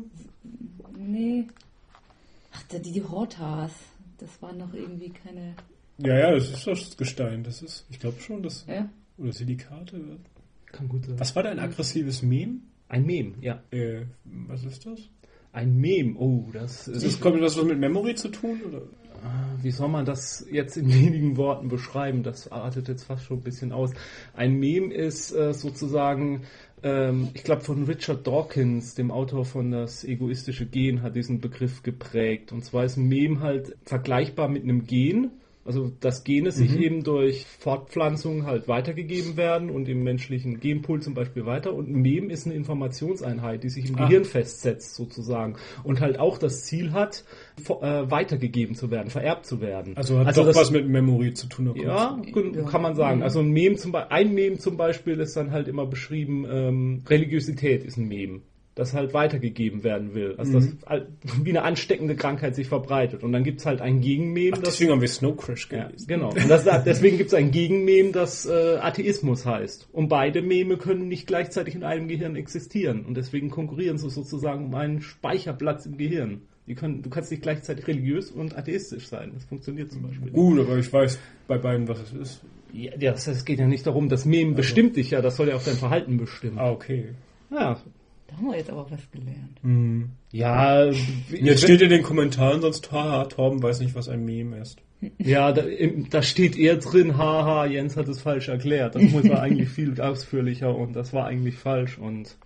Nee. Ach, die, die Hortas. Das waren noch irgendwie keine... Ja, ja, das ist das Gestein. Das ist, ich glaube schon, das... Ja. Oder Silikate. Kann gut sein. Was war da ein aggressives Mem? Ein Mem, ja. Äh, was ist das? Ein Mem, oh, das ist... ist kommt das was mit Memory zu tun, oder? Wie soll man das jetzt in wenigen Worten beschreiben? Das artet jetzt fast schon ein bisschen aus. Ein Mem ist äh, sozusagen, ähm, ich glaube von Richard Dawkins, dem Autor von Das egoistische Gen, hat diesen Begriff geprägt. Und zwar ist ein Mem halt vergleichbar mit einem Gen. Also dass Gene sich mhm. eben durch Fortpflanzung halt weitergegeben werden und im menschlichen Genpool zum Beispiel weiter. Und ein Mem ist eine Informationseinheit, die sich im ah. Gehirn festsetzt sozusagen und halt auch das Ziel hat, äh, weitergegeben zu werden, vererbt zu werden. Also hat also doch das, was mit Memory zu tun. Ja, ja, kann man sagen. Also ein Mem zum Beispiel, ein Mem zum Beispiel ist dann halt immer beschrieben, ähm, Religiosität ist ein Mem, das halt weitergegeben werden will. Also mhm. das wie eine ansteckende Krankheit sich verbreitet. Und dann gibt's halt ein Gegenmem. Ach, deswegen haben wir Snow Crash gelesen. Ja, genau. Und das, deswegen gibt's ein Gegenmem, das äh, Atheismus heißt. Und beide Meme können nicht gleichzeitig in einem Gehirn existieren. Und deswegen konkurrieren sie sozusagen um einen Speicherplatz im Gehirn. Die können, du kannst nicht gleichzeitig religiös und atheistisch sein. Das funktioniert zum Beispiel. Gut, aber ich weiß bei beiden, was es ist. Ja, das, es geht ja nicht darum, das Mem also. bestimmt dich ja. Das soll ja auch dein Verhalten bestimmen. Ah, okay. Ja, da haben wir jetzt aber was gelernt. Mhm. Ja, jetzt steht in den Kommentaren sonst, haha, Torben weiß nicht, was ein Meme ist. Ja, da, da steht eher drin, haha, Jens hat es falsch erklärt. Das muss war eigentlich viel ausführlicher und das war eigentlich falsch und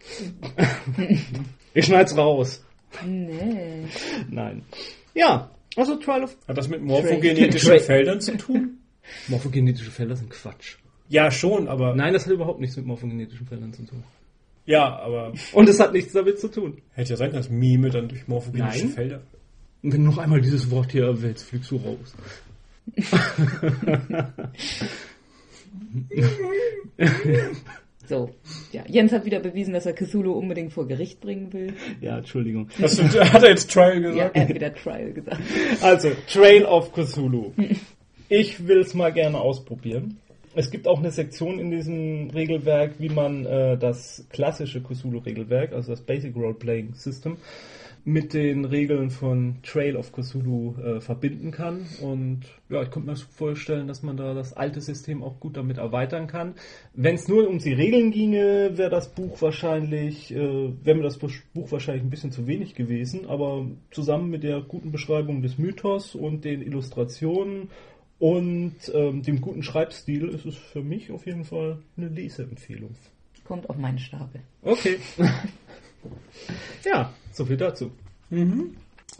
ich schneid's raus. Nee. Nein. Ja, also Trial of... Hat das mit morphogenetischen Tra- Feldern zu tun? Morphogenetische Felder sind Quatsch. Ja, schon, aber... Nein, das hat überhaupt nichts mit morphogenetischen Feldern zu tun. Ja, aber Und es hat nichts damit zu tun. hätte ja sein können, dass Mime dann durch morphogenische Nein. Felder... Und wenn du noch einmal dieses Wort hier erwähnst, fliegst du raus. So, ja, Jens hat wieder bewiesen, dass er Cthulhu unbedingt vor Gericht bringen will. Ja, Entschuldigung. Hast du, hat er jetzt Trial Ja, gesagt? er hat wieder Trial gesagt. Also, Trail of Cthulhu. Ich will es mal gerne ausprobieren. Es gibt auch eine Sektion in diesem Regelwerk, wie man äh, das klassische Cthulhu-Regelwerk, also das Basic Role-Playing System, mit den Regeln von Trail of Cthulhu äh, verbinden kann. Und ja, ich könnte mir vorstellen, dass man da das alte System auch gut damit erweitern kann. Wenn es nur um die Regeln ginge, wäre das Buch wahrscheinlich, äh, wäre mir das Buch wahrscheinlich ein bisschen zu wenig gewesen. Aber zusammen mit der guten Beschreibung des Mythos und den Illustrationen und ähm, dem guten Schreibstil ist es für mich auf jeden Fall eine Leseempfehlung. Kommt auf meinen Stapel. Okay. Ja, so viel dazu. Kommen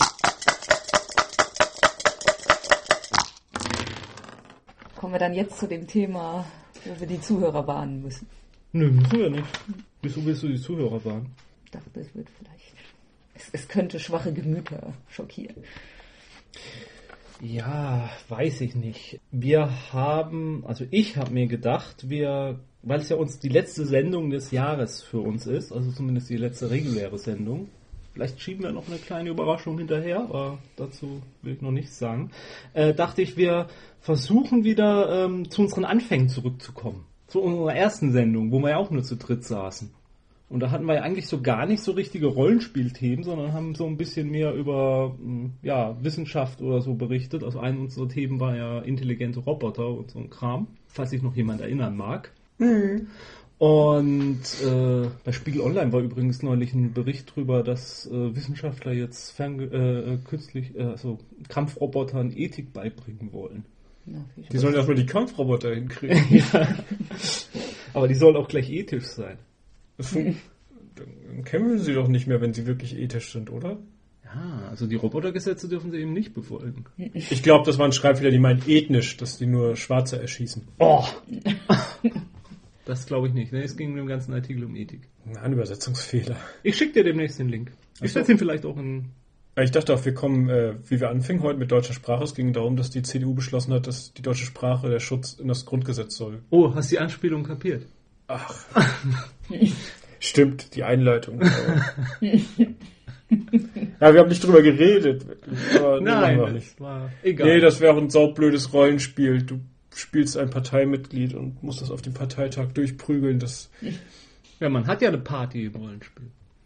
wir dann jetzt zu dem Thema, wo wir die Zuhörer warnen müssen. Nö, müssen wir nicht. Wieso willst du die Zuhörer warnen? Ich dachte, es wird vielleicht... Es, es könnte schwache Gemüter schockieren. Ja, weiß ich nicht. Wir haben, also ich habe mir gedacht, wir, weil es ja uns die letzte Sendung des Jahres für uns ist, also zumindest die letzte reguläre Sendung, vielleicht schieben wir noch eine kleine Überraschung hinterher, aber dazu will ich noch nichts sagen, äh, dachte ich, wir versuchen wieder ähm, zu unseren Anfängen zurückzukommen. Zu unserer ersten Sendung, wo wir ja auch nur zu dritt saßen. Und da hatten wir ja eigentlich so gar nicht so richtige Rollenspielthemen, sondern haben so ein bisschen mehr über ja, Wissenschaft oder so berichtet. Also ein unserer Themen war ja intelligente Roboter und so ein Kram, falls sich noch jemand erinnern mag. Mhm. Und äh, bei Spiegel Online war übrigens neulich ein Bericht drüber, dass äh, Wissenschaftler jetzt fern, äh, künstlich, äh, also Kampfrobotern Ethik beibringen wollen. Ja, die sollen erstmal die Kampfroboter hinkriegen. Ja. Aber die sollen auch gleich ethisch sein. Dann kämpfen sie doch nicht mehr, wenn sie wirklich ethisch sind, oder? Ja, also die Robotergesetze dürfen sie eben nicht befolgen. Ich glaube, das waren Schreibfehler, die meinen ethnisch, dass die nur Schwarze erschießen. Oh! Das glaube ich nicht. Ne? Es ging im ganzen Artikel um Ethik. Ein Übersetzungsfehler. Ich schicke dir demnächst den Link. Ich setze ihn vielleicht auch in... Ich dachte auch, wir kommen, äh, wie wir anfingen heute mit deutscher Sprache. Es ging darum, dass die C D U beschlossen hat, dass die deutsche Sprache der Schutz in das Grundgesetz soll. Oh, hast du die Anspielung kapiert? Ach. Stimmt, die Einleitung. Ja, wir haben nicht drüber geredet. Aber Nein, nee, das nicht. war egal. Nee, das wäre auch ein saublödes Rollenspiel. Du spielst ein Parteimitglied und musst das auf dem Parteitag durchprügeln. Das ja, man hat ja eine Party im Rollenspiel.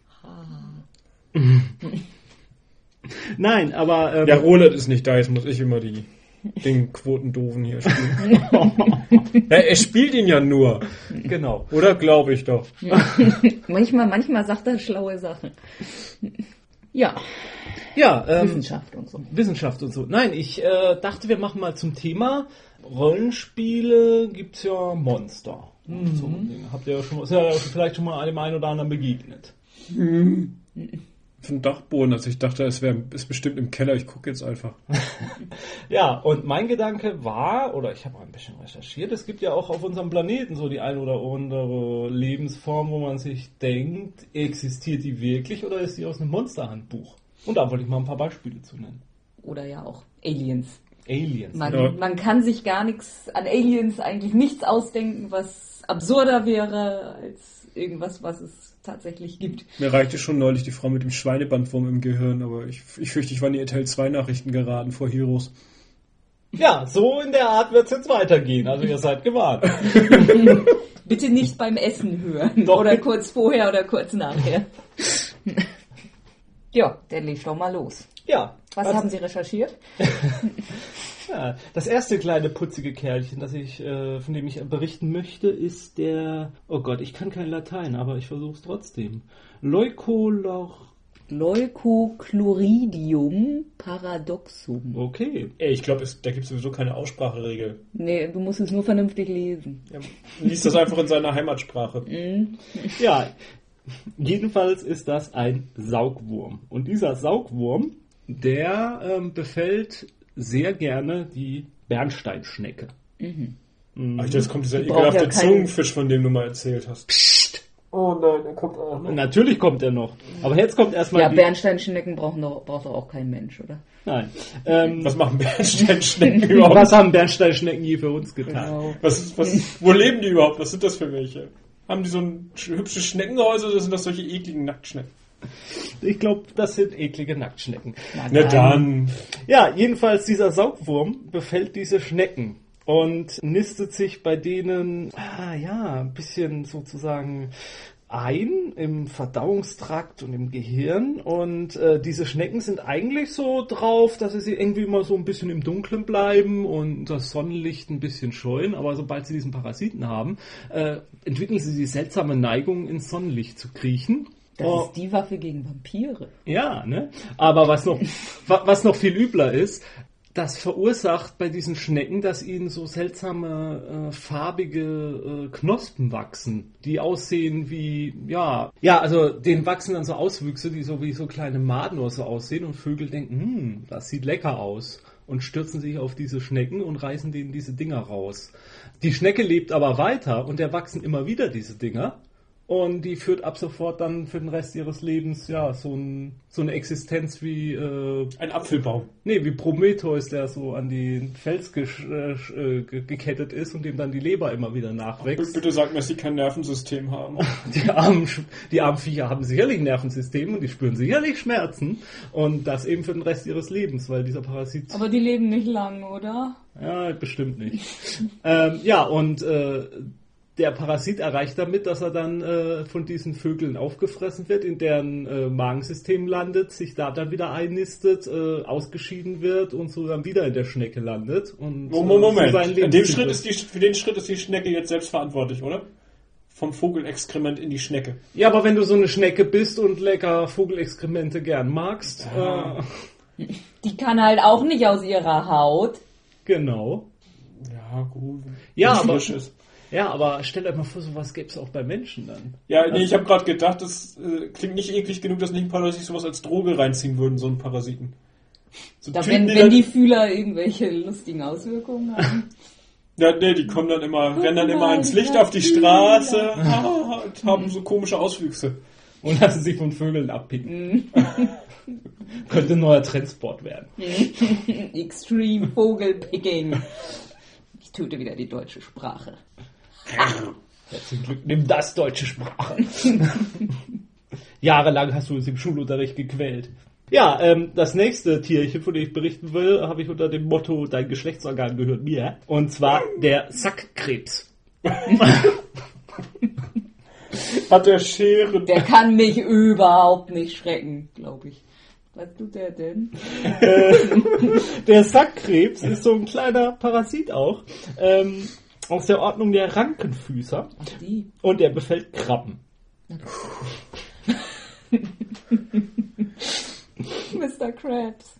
Nein, aber... Ähm, ja, Roland ist nicht da, jetzt muss ich immer die den Quotendoofen hier spielen. Ja, er spielt ihn ja nur. Genau. Oder glaube ich doch. manchmal, manchmal sagt er schlaue Sachen. Ja. Ja, ähm, Wissenschaft und so. Wissenschaft und so. Nein, ich äh, dachte, wir machen mal zum Thema Rollenspiele gibt's ja Monster. Mhm. So, habt ihr ja schon, ist ja vielleicht schon mal dem einen oder anderen begegnet. Mhm. Vom Dachboden, also ich dachte, es wäre ist bestimmt im Keller, ich gucke jetzt einfach. Ja, und mein Gedanke war, oder ich habe ein bisschen recherchiert, es gibt ja auch auf unserem Planeten so die ein oder andere Lebensform, wo man sich denkt, existiert die wirklich oder ist die aus einem Monsterhandbuch? Und da wollte ich mal ein paar Beispiele zu nennen. Oder ja auch Aliens. Aliens. Man, ja. man kann sich gar nichts an Aliens eigentlich nichts ausdenken, was absurder wäre als irgendwas, was es tatsächlich gibt. Mir reichte schon neulich die Frau mit dem Schweinebandwurm im Gehirn, aber ich, ich fürchte, ich war in die R T L zwei Nachrichten geraten vor Heroes. Ja, so in der Art wird es jetzt weitergehen, also ihr seid gewarnt. Bitte nicht beim Essen hören. Doch. Oder kurz vorher oder kurz nachher. Ja, dann leg doch mal los. Ja. Was also, haben Sie recherchiert? Ja, das erste kleine putzige Kerlchen, das ich, äh, von dem ich berichten möchte, ist der, oh Gott, ich kann kein Latein, aber ich versuche es trotzdem. Leucoloch. Leucochloridium paradoxum. Okay. Ey, ich glaube, da gibt es sowieso keine Ausspracheregel. Nee, du musst es nur vernünftig lesen. Ja, liest das einfach in seiner Heimatsprache. Mhm. Ja, jedenfalls ist das ein Saugwurm. Und dieser Saugwurm, der ähm, befällt sehr gerne die Bernsteinschnecke. Mhm. Mhm. Ach, jetzt kommt dieser Die braucht ekelhafte ja keinen- Zungenfisch, von dem du mal erzählt hast. Psst, Oh nein, der kommt auch noch. Natürlich kommt er noch. Aber jetzt kommt erstmal Ja, die... Bernsteinschnecken brauchen doch, braucht doch auch kein Mensch, oder? Nein. Ähm, Was machen Bernsteinschnecken überhaupt? was haben Bernsteinschnecken je für uns getan? Genau. Was ist, was, wo leben die überhaupt? Was sind das für welche? Haben die so ein sch- hübsches Schneckenhäuser oder sind das solche ekligen Nacktschnecken? Ich glaube, das sind eklige Nacktschnecken. Na dann. Ja, jedenfalls dieser Saugwurm befällt diese Schnecken und nistet sich bei denen, ah, ja, ein bisschen sozusagen ein im Verdauungstrakt und im Gehirn. Und äh, diese Schnecken sind eigentlich so drauf, dass sie irgendwie immer so ein bisschen im Dunkeln bleiben und das Sonnenlicht ein bisschen scheuen. Aber sobald sie diesen Parasiten haben, äh, entwickeln sie die seltsame Neigung, ins Sonnenlicht zu kriechen. Das Oh. ist die Waffe gegen Vampire. Ja, ne? Aber was noch, wa- was noch viel übler ist, das verursacht bei diesen Schnecken, dass ihnen so seltsame, äh, farbige äh, Knospen wachsen, die aussehen wie, ja, ja, also denen wachsen dann so Auswüchse, die so wie so kleine Maden oder so aussehen und Vögel denken, hm, das sieht lecker aus und stürzen sich auf diese Schnecken und reißen denen diese Dinger raus. Die Schnecke lebt aber weiter und der wachsen immer wieder diese Dinger. Und die führt ab sofort dann für den Rest ihres Lebens, ja, so, ein, so eine Existenz wie, äh, Ein Apfelbaum. nee, wie Prometheus, der so an den Fels gesch- äh, ge- gekettet ist und dem dann die Leber immer wieder nachwächst. Bitte sag mir, dass sie kein Nervensystem haben. Die armen, Sch- die armen Viecher haben sicherlich ein Nervensystem und die spüren sicherlich Schmerzen und das eben für den Rest ihres Lebens, weil dieser Parasit... Aber die leben nicht lang, oder? Ja, bestimmt nicht. ähm, ja, und äh, der Parasit erreicht damit, dass er dann äh, von diesen Vögeln aufgefressen wird, in deren äh, Magensystem landet, sich da dann wieder einnistet, äh, ausgeschieden wird und so dann wieder in der Schnecke landet. Und, Oh, äh, Moment, so seinen in dem Lebenszyklus- Schritt ist die, für den Schritt ist die Schnecke jetzt selbst verantwortlich, oder? Vom Vogelexkrement in die Schnecke. Ja, aber wenn du so eine Schnecke bist und lecker Vogelexkremente gern magst, Ja. äh, Die kann halt auch nicht aus ihrer Haut. genau. Ja, gut. Ja, Wenn's aber- frisch ist. Ja, aber stellt euch mal vor, sowas gäbe es auch bei Menschen dann. Ja, nee, ich habe gerade gedacht, das äh, klingt nicht eklig genug, dass nicht ein paar Leute sich sowas als Droge reinziehen würden, so einen Parasiten. So Da, Typen, wenn, die wenn dann- die Fühler irgendwelche lustigen Auswirkungen haben. Ja, nee, die kommen dann immer, Guck rennen dann immer mal, ans Licht ich hab auf die Fühler. Straße ah, und haben so komische Auswüchse. Und lassen sich von Vögeln abpicken. Könnte ein neuer Trendsport werden. Extreme Vogelpicking. Ich töte wieder die deutsche Sprache. Herzlichen Glück, nimm das deutsche Sprache. Jahrelang hast du uns im Schulunterricht gequält. Ja, ähm, das nächste Tierchen, von dem ich berichten will, habe ich unter dem Motto, dein Geschlechtsorgan gehört mir. Und zwar der Sackkrebs. Hat der Schere. Der kann mich überhaupt nicht schrecken, glaube ich. Was tut der denn? Der Sackkrebs ist so ein kleiner Parasit auch. Ähm, aus der Ordnung der Rankenfüßer. Ach, die. Und der befällt Krabben. Mister Krabs.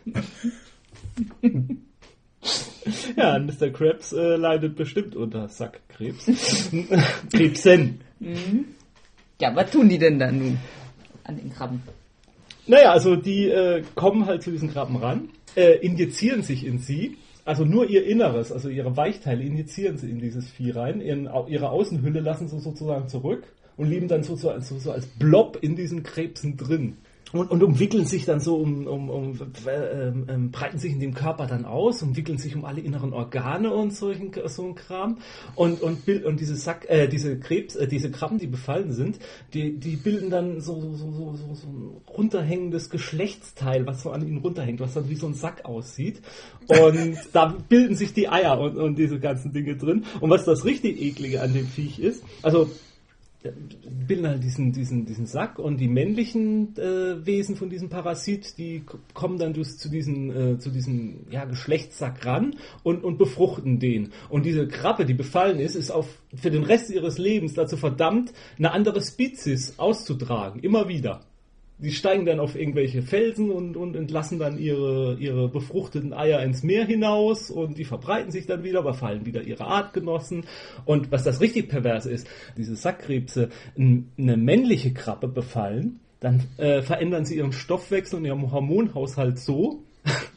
Ja, Mister Krabs äh, leidet bestimmt unter Sackkrebs. Krebsen. Ja, was tun die denn da nun an den Krabben? Naja, also die äh, kommen halt zu diesen Krabben ran, äh, injizieren sich in sie, also nur ihr Inneres, also ihre Weichteile injizieren sie in dieses Vieh rein, ihren, au- ihre Außenhülle lassen sie sozusagen zurück und leben dann so, so, so, so als Blob in diesen Krebsen drin. Und, und umwickeln sich dann so, um, um, um äh, ähm, breiten sich in dem Körper dann aus, umwickeln sich um alle inneren Organe und solchen, so ein Kram. Und, und, bild, und diese Sack, äh, diese Krebs, äh, diese Krabben, die befallen sind, die, die bilden dann so, so, so, so, so, so ein runterhängendes Geschlechtsteil, was so an ihnen runterhängt, was dann wie so ein Sack aussieht. Und da bilden sich die Eier und, und diese ganzen Dinge drin. Und was das richtig Eklige an dem Viech ist, also bilden halt diesen, diesen, diesen Sack und die männlichen äh, Wesen von diesem Parasit, die k- kommen dann dus, zu diesem, äh, zu diesem ja, Geschlechtssack ran und, und befruchten den. Und diese Krabbe, die befallen ist, ist auf, für den Rest ihres Lebens dazu verdammt, eine andere Spezies auszutragen. Immer wieder. Die steigen dann auf irgendwelche Felsen und, und entlassen dann ihre, ihre befruchteten Eier ins Meer hinaus und die verbreiten sich dann wieder, überfallen wieder ihre Artgenossen. Und was das richtig perverse ist, diese Sackkrebse n- eine männliche Krabbe befallen, dann äh, verändern sie ihren Stoffwechsel und ihren Hormonhaushalt so,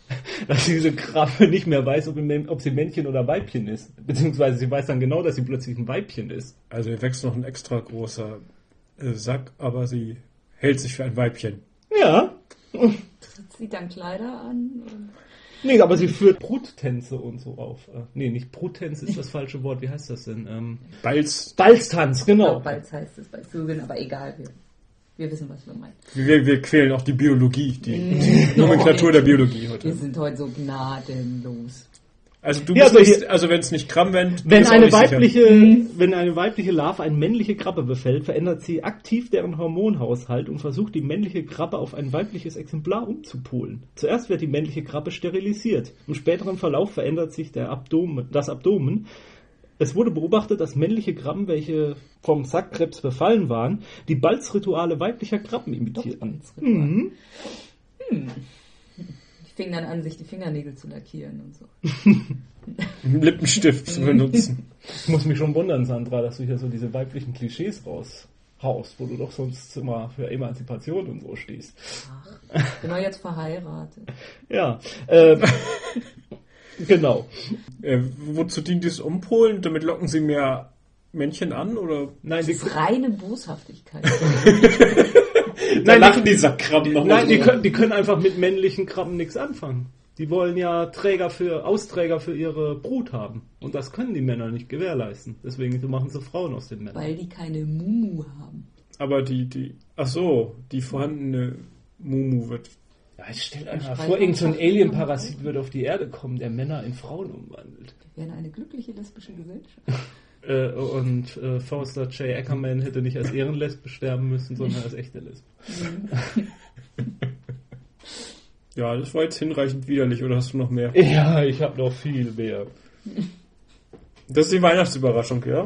dass diese Krabbe nicht mehr weiß, ob, ob sie Männchen oder Weibchen ist. Beziehungsweise sie weiß dann genau, dass sie plötzlich ein Weibchen ist. Also hier wächst noch ein extra großer äh, Sack, aber sie hält sich für ein Weibchen. Ja. Hat sie dann Kleider an? Nee, aber sie führt Bruttänze und so auf. Äh, nee, nicht Bruttänze ist das falsche Wort. Wie heißt das denn? Ähm, Balz. Balztanz, genau. Oh, Balz heißt es bei Vögeln, aber egal. Wir, wir wissen, was wir meinen. Wir, wir quälen auch die Biologie, die, die Nomenklatur der Biologie heute. Wir sind heute so gnadenlos. Also du Ja, bist also nicht, also wenn es nicht Kram wendet, Wenn bist du auch eine nicht sicher. weibliche, wenn eine weibliche Larve eine männliche Krabbe befällt, verändert sie aktiv deren Hormonhaushalt und versucht, die männliche Krabbe auf ein weibliches Exemplar umzupolen. Zuerst wird die männliche Krabbe sterilisiert. Im späteren Verlauf verändert sich der Abdomen, das Abdomen. Es wurde beobachtet, dass männliche Krabben, welche vom Sackkrebs befallen waren, die Balzrituale weiblicher Krabben imitierten. Mhm. Hm. Die fingen dann an, sich die Fingernägel zu lackieren und so. Einen Lippenstift zu benutzen. Ich muss mich schon wundern, Sandra, dass du hier so diese weiblichen Klischees raushaust, wo du doch sonst immer für Emanzipation und so stehst. Ach, ich bin doch jetzt verheiratet. Ja, äh, genau. Äh, wozu dient dieses Umpolen? Damit locken sie mehr Männchen an, oder? Nein, Das die, ist reine Boshaftigkeit. Da lachen die Sackkrabben noch nein mal die, so. können, die können einfach mit männlichen Krabben nichts anfangen. Die wollen ja Träger für, Austräger für ihre Brut haben. Und das können die Männer nicht gewährleisten. Deswegen machen sie Frauen aus den Männern. Weil die keine Mumu haben. Aber die, die, ach so, die vorhandene Mumu wird. Ja, jetzt stell dir mal Ich vor, weiß irgend so ein nicht, Alien-Parasit würde auf die Erde kommen, der Männer in Frauen umwandelt. Wir wären eine glückliche lesbische Gesellschaft. Äh, und äh, Forster J. Ackerman hätte nicht als Ehrenlesbe sterben müssen, sondern als echte Lesbe. Ja, das war jetzt hinreichend widerlich, oder hast du noch mehr? Ja, ich habe noch viel mehr. Das ist die Weihnachtsüberraschung, ja?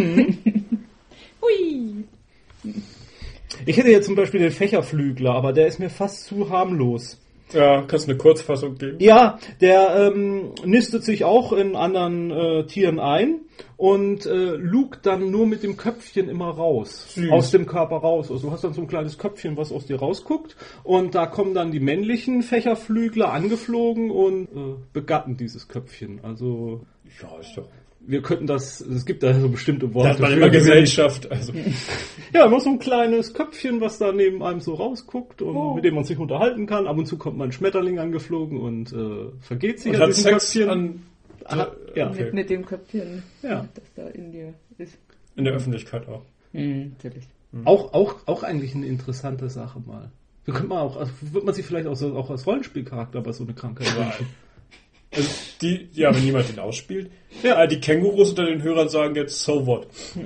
Hui! Ich hätte jetzt zum Beispiel den Fächerflügler, aber der ist mir fast zu harmlos. Ja, kannst du eine Kurzfassung geben? Ja, der ähm, nistet sich auch in anderen äh, Tieren ein und äh, lugt dann nur mit dem Köpfchen immer raus, Süß. aus dem Körper raus. Also du hast dann so ein kleines Köpfchen, was aus dir rausguckt und da kommen dann die männlichen Fächerflügler angeflogen und äh, begatten dieses Köpfchen. Also Ja, ist doch. wir könnten das, es gibt da so bestimmte Da Worte. hat man für, immer die wir nicht- Gesellschaft, also. Ja, immer so ein kleines Köpfchen, was da neben einem so rausguckt und Oh. mit dem man sich unterhalten kann. Ab und zu kommt mal ein Schmetterling angeflogen und äh, vergeht sich Und an hat diesem Sex Köpfchen. an, Aha, ja. Okay. Mit, mit dem Köpfchen, Ja. das da in dir ist. in der Öffentlichkeit auch. Mhm, natürlich. Auch, auch, auch eigentlich eine interessante Sache mal. So könnte man auch, also wird man sich vielleicht auch, so, auch als Rollenspielcharakter bei so eine Krankheit wünschen. Also die, ja, wenn jemand den ausspielt. Ja, die Kängurus unter den Hörern sagen jetzt, so what?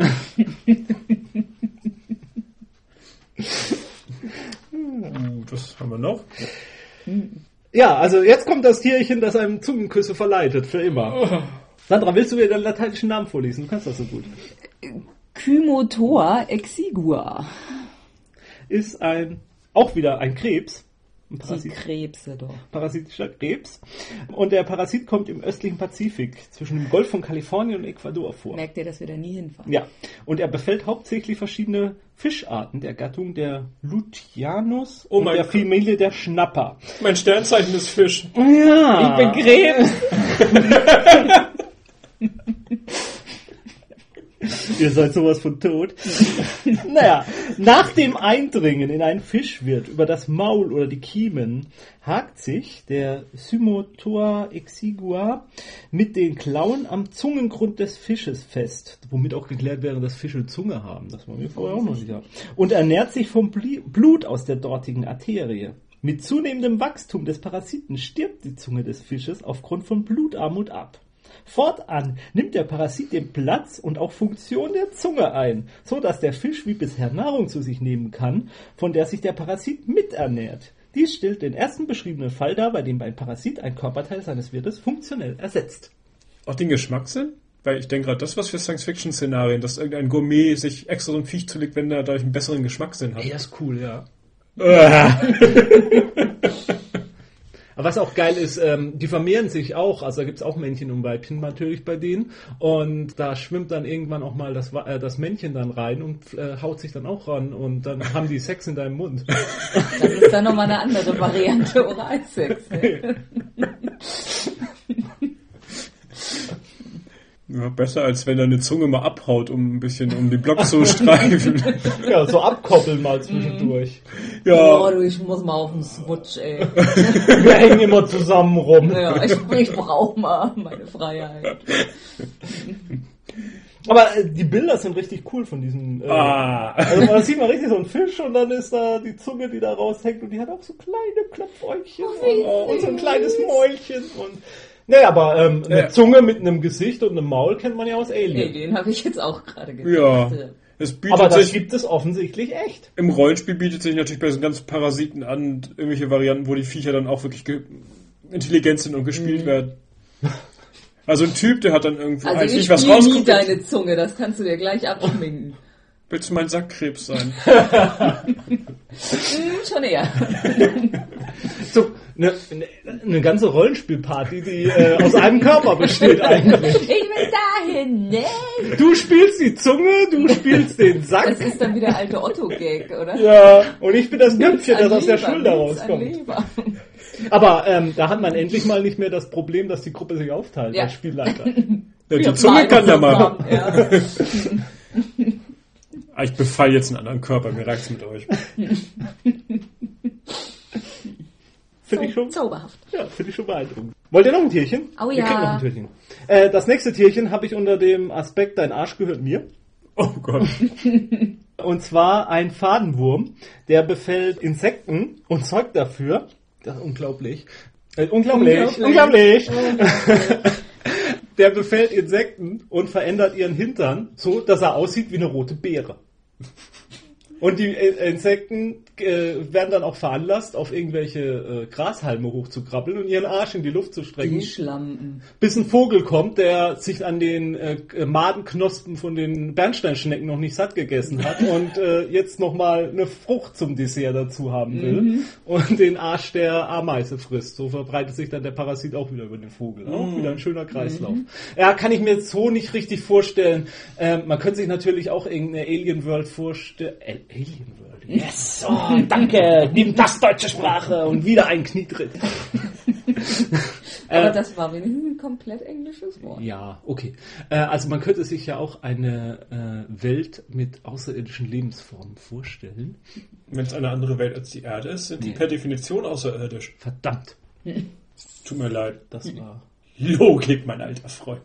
uh, was haben wir noch? Ja, also jetzt kommt das Tierchen, das einem Zungenküsse verleitet, für immer. Sandra, willst du mir den lateinischen Namen vorlesen? Du kannst das so gut. Kymotoa exigua. Ist ein, auch wieder ein Krebs. Ein Die Parasit. Krebse doch. Parasitischer Krebs. Und der Parasit kommt im östlichen Pazifik, zwischen dem Golf von Kalifornien und Ecuador vor. Merkt ihr, dass wir da nie hinfahren? Ja, und er befällt hauptsächlich verschiedene Fischarten der Gattung der Lucianus Oh und mein der Gott. Familie der Schnapper. Mein Sternzeichen ist Fisch. Ja. Ich bin Krebs. Ihr seid sowas von tot. Naja, nach dem Eindringen in einen Fischwirt über das Maul oder die Kiemen hakt sich der Cymotoa exigua mit den Klauen am Zungengrund des Fisches fest, womit auch geklärt wäre, dass Fische Zunge haben. Das war mir vorher auch noch sicher. Und ernährt sich vom Bli- Blut aus der dortigen Arterie. Mit zunehmendem Wachstum des Parasiten stirbt die Zunge des Fisches aufgrund von Blutarmut ab. Fortan nimmt der Parasit den Platz und auch Funktion der Zunge ein, so dass der Fisch wie bisher Nahrung zu sich nehmen kann, von der sich der Parasit miternährt. Dies stellt den ersten beschriebenen Fall dar, bei dem ein Parasit ein Körperteil seines Wirtes funktionell ersetzt. Auch den Geschmackssinn? Weil ich denke gerade, das ist was für Science-Fiction-Szenarien, dass irgendein Gourmet sich extra so ein Viech zulegt, wenn er dadurch einen besseren Geschmackssinn hat. Ja, ist cool, ja. Aber was auch geil ist, ähm, die vermehren sich auch, also da gibt's auch Männchen und Weibchen natürlich bei denen und da schwimmt dann irgendwann auch mal das, äh, das Männchen dann rein und äh, haut sich dann auch ran und dann haben die Sex in deinem Mund. Das ist dann nochmal eine andere Variante Oralsex. Ne? Ja, besser, als wenn deine Zunge mal abhaut, um ein bisschen um den Block zu streifen. Ja, so abkoppeln mal zwischendurch. Ja. Oh, du, ich muss mal auf den Switch, ey. Wir hängen immer zusammen rum. Ja, ich, ich brauche mal meine Freiheit. Aber äh, die Bilder sind richtig cool von diesem. Äh, Ah. Also man sieht mal richtig so einen Fisch und dann ist da die Zunge, die da raushängt und die hat auch so kleine Knopfäugchen Oh, und, und so ein kleines Mäulchen und. Naja, aber ähm, eine Ja. Zunge mit einem Gesicht und einem Maul kennt man ja aus Nee, Alien. den habe ich jetzt auch gerade gesehen. Ja. Es bietet Aber das sich, gibt es offensichtlich echt. im Rollenspiel bietet sich natürlich bei diesen ganzen Parasiten an, irgendwelche Varianten, wo die Viecher dann auch wirklich ge- intelligent sind und gespielt Mhm. werden. Also ein Typ, der hat dann irgendwo Also eigentlich ich was spiele nie rausguckt. deine Zunge, das kannst du dir gleich abschminken. Willst du mein Sackkrebs sein? Hm, schon eher. So, eine, eine, eine ganze Rollenspielparty, die äh, aus einem Körper besteht eigentlich. Ich will dahin, ne? Du spielst die Zunge, du spielst den Das Sack. ist dann wieder alte Otto-Gag, oder? Ja, und ich bin das Nüpfchen, das An aus der Leber, Schulter nichts an rauskommt. Leber. Aber ähm, da hat man endlich mal nicht mehr das Problem, dass die Gruppe sich aufteilt Ja. als Spielleiter. Ja, die Wir Zunge kann ja mal. zusammen, ja. Ah, ich befall jetzt einen anderen Körper, mir reicht's mit euch. Finde ich schon, Zauberhaft. ja, finde ich schon beeindruckend. Wollt ihr noch ein Tierchen? Oh Ihr ja. kriegt noch ein Tierchen. Äh, das nächste Tierchen habe ich unter dem Aspekt, dein Arsch gehört mir. Oh Gott. Und zwar ein Fadenwurm, der befällt Insekten und sorgt dafür, das ist unglaublich, äh, unglaublich, unglaublich, Unglaublich. der befällt Insekten und verändert ihren Hintern so, dass er aussieht wie eine rote Beere. Und die äh, Insekten äh, werden dann auch veranlasst, auf irgendwelche äh, Grashalme hochzukrabbeln und ihren Arsch in die Luft zu strecken, Die Schlampen. bis ein Vogel kommt, der sich an den äh, Madenknospen von den Bernsteinschnecken noch nicht satt gegessen hat und äh, jetzt nochmal eine Frucht zum Dessert dazu haben will Mhm. und den Arsch der Ameise frisst. So verbreitet sich dann der Parasit auch wieder über den Vogel. Auch Mhm. wieder ein schöner Kreislauf. Ja, kann ich mir jetzt so nicht richtig vorstellen. Ähm, man könnte sich natürlich auch irgendeine Alien World vorstellen. Äh, Alien World. Yes! Oh, danke! Nimm das deutsche Sprache und wieder ein Knietritt. Aber Äh, das war wenigstens ein komplett englisches Wort. Ja, okay. Äh, also man könnte sich ja auch eine äh, Welt mit außerirdischen Lebensformen vorstellen. Wenn es eine andere Welt als die Erde ist, sind die Nee. per Definition außerirdisch. Verdammt, Tut mir leid. das war... Logik, mein alter Freund.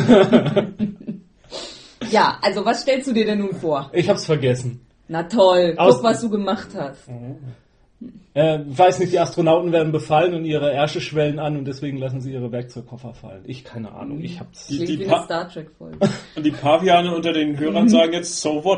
Ja, also was stellst du dir denn nun vor? Ich hab's vergessen. Na toll, Aus- guck, was du gemacht hast. Äh, weiß nicht, die Astronauten werden befallen und ihre Ärsche schwellen an und deswegen lassen sie ihre Werkzeugkoffer fallen. Ich keine Ahnung, ich hab's... Die- Klingt die wie Pa- eine Star Trek-Folge. Und die Paviane unter den Hörern sagen jetzt, so what?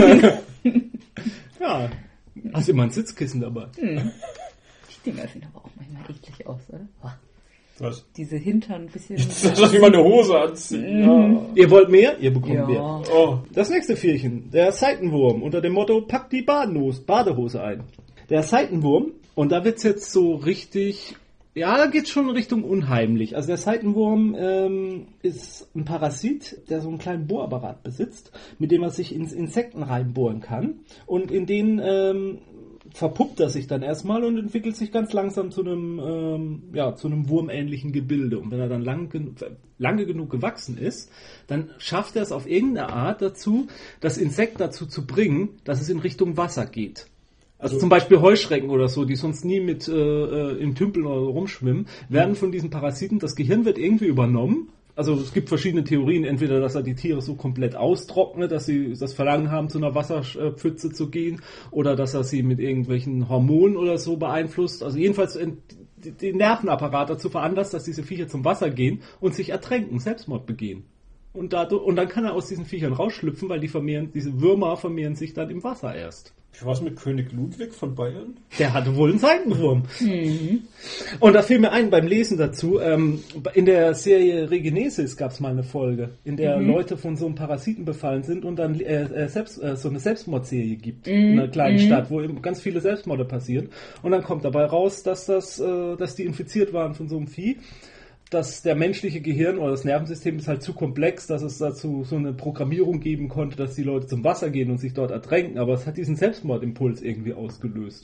Ja, hast immer ein Sitzkissen dabei. Die Dinger sehen aber auch manchmal eklig aus, oder? Boah, Was? diese Hintern ein bisschen... Soll ich mal eine Hose anziehen? Ja. Ihr wollt mehr? Ihr bekommt Ja. mehr. Oh. Das nächste Vierchen, der Seitenwurm, unter dem Motto, packt die Badenhose, Badehose ein. Der Seitenwurm, und da wird's jetzt so richtig, ja, da geht's schon Richtung unheimlich. Also der Seitenwurm ähm, ist ein Parasit, der so einen kleinen Bohrapparat besitzt, mit dem er sich ins Insekten reinbohren kann. Und in den ähm, verpuppt er sich dann erstmal und entwickelt sich ganz langsam zu einem, ähm, ja, zu einem wurmähnlichen Gebilde. Und wenn er dann lang gen- lange genug gewachsen ist, dann schafft er es auf irgendeine Art dazu, das Insekt dazu zu bringen, dass es in Richtung Wasser geht. Also zum Beispiel Heuschrecken oder so, die sonst nie mit äh, äh, im Tümpeln oder so rumschwimmen, werden von diesen Parasiten, das Gehirn wird irgendwie übernommen. Also es gibt verschiedene Theorien, entweder, dass er die Tiere so komplett austrocknet, dass sie das Verlangen haben, zu einer Wasserpfütze zu gehen, oder dass er sie mit irgendwelchen Hormonen oder so beeinflusst. Also jedenfalls ent- die- den Nervenapparat dazu veranlasst, dass diese Viecher zum Wasser gehen und sich ertränken, Selbstmord begehen. Und, dadurch, und dann kann er aus diesen Viechern rausschlüpfen, weil die vermehren, diese Würmer vermehren sich dann im Wasser erst. Wie war's mit König Ludwig von Bayern? Der hatte wohl einen Seitenwurm. Und da fiel mir ein beim Lesen dazu, ähm, in der Serie Regenesis gab es mal eine Folge, in der Leute von so einem Parasiten befallen sind und dann äh, äh, selbst, äh, so eine Selbstmordserie gibt in einer kleinen Stadt, wo eben ganz viele Selbstmorde passieren. Und dann kommt dabei raus, dass, das, äh, dass die infiziert waren von so einem Vieh. Dass der menschliche Gehirn oder das Nervensystem ist halt zu komplex, dass es dazu so eine Programmierung geben konnte, dass die Leute zum Wasser gehen und sich dort ertränken. Aber es hat diesen Selbstmordimpuls irgendwie ausgelöst.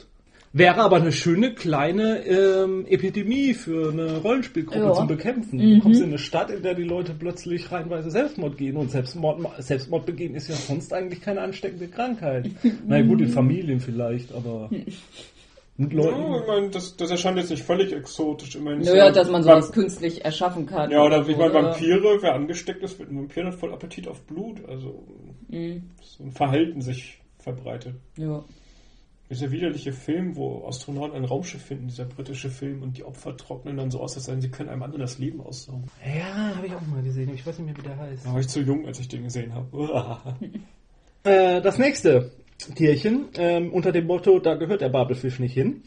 Wäre aber eine schöne kleine ähm, Epidemie für eine Rollenspielgruppe Ja. zum Bekämpfen. Mhm. Du kommst in eine Stadt, in der die Leute plötzlich reihenweise Selbstmord gehen und Selbstmord, Selbstmord begehen ist ja sonst eigentlich keine ansteckende Krankheit. Na ja, gut, in Familien vielleicht, aber mit Ja, Leuten. ich meine, das, das erscheint jetzt nicht völlig exotisch. Ich meine, Naja, so- dass man sowas künstlich erschaffen kann. Ja, oder ich meine, Oder- Vampire, wer angesteckt ist, wird ein Vampir hat voll Appetit auf Blut. Also Mhm. so ein Verhalten sich verbreitet. Ja. Dieser widerliche Film, wo Astronauten ein Raumschiff finden, dieser britische Film, und die Opfer trocknen dann so aus, als seien sie können einem anderen das Leben aussaugen. Ja, habe ich auch mal gesehen. Ich weiß nicht mehr, wie der heißt. Da war ich zu jung, als ich den gesehen habe. Äh, das nächste Tierchen ähm, unter dem Motto, da gehört der Babelfisch nicht hin.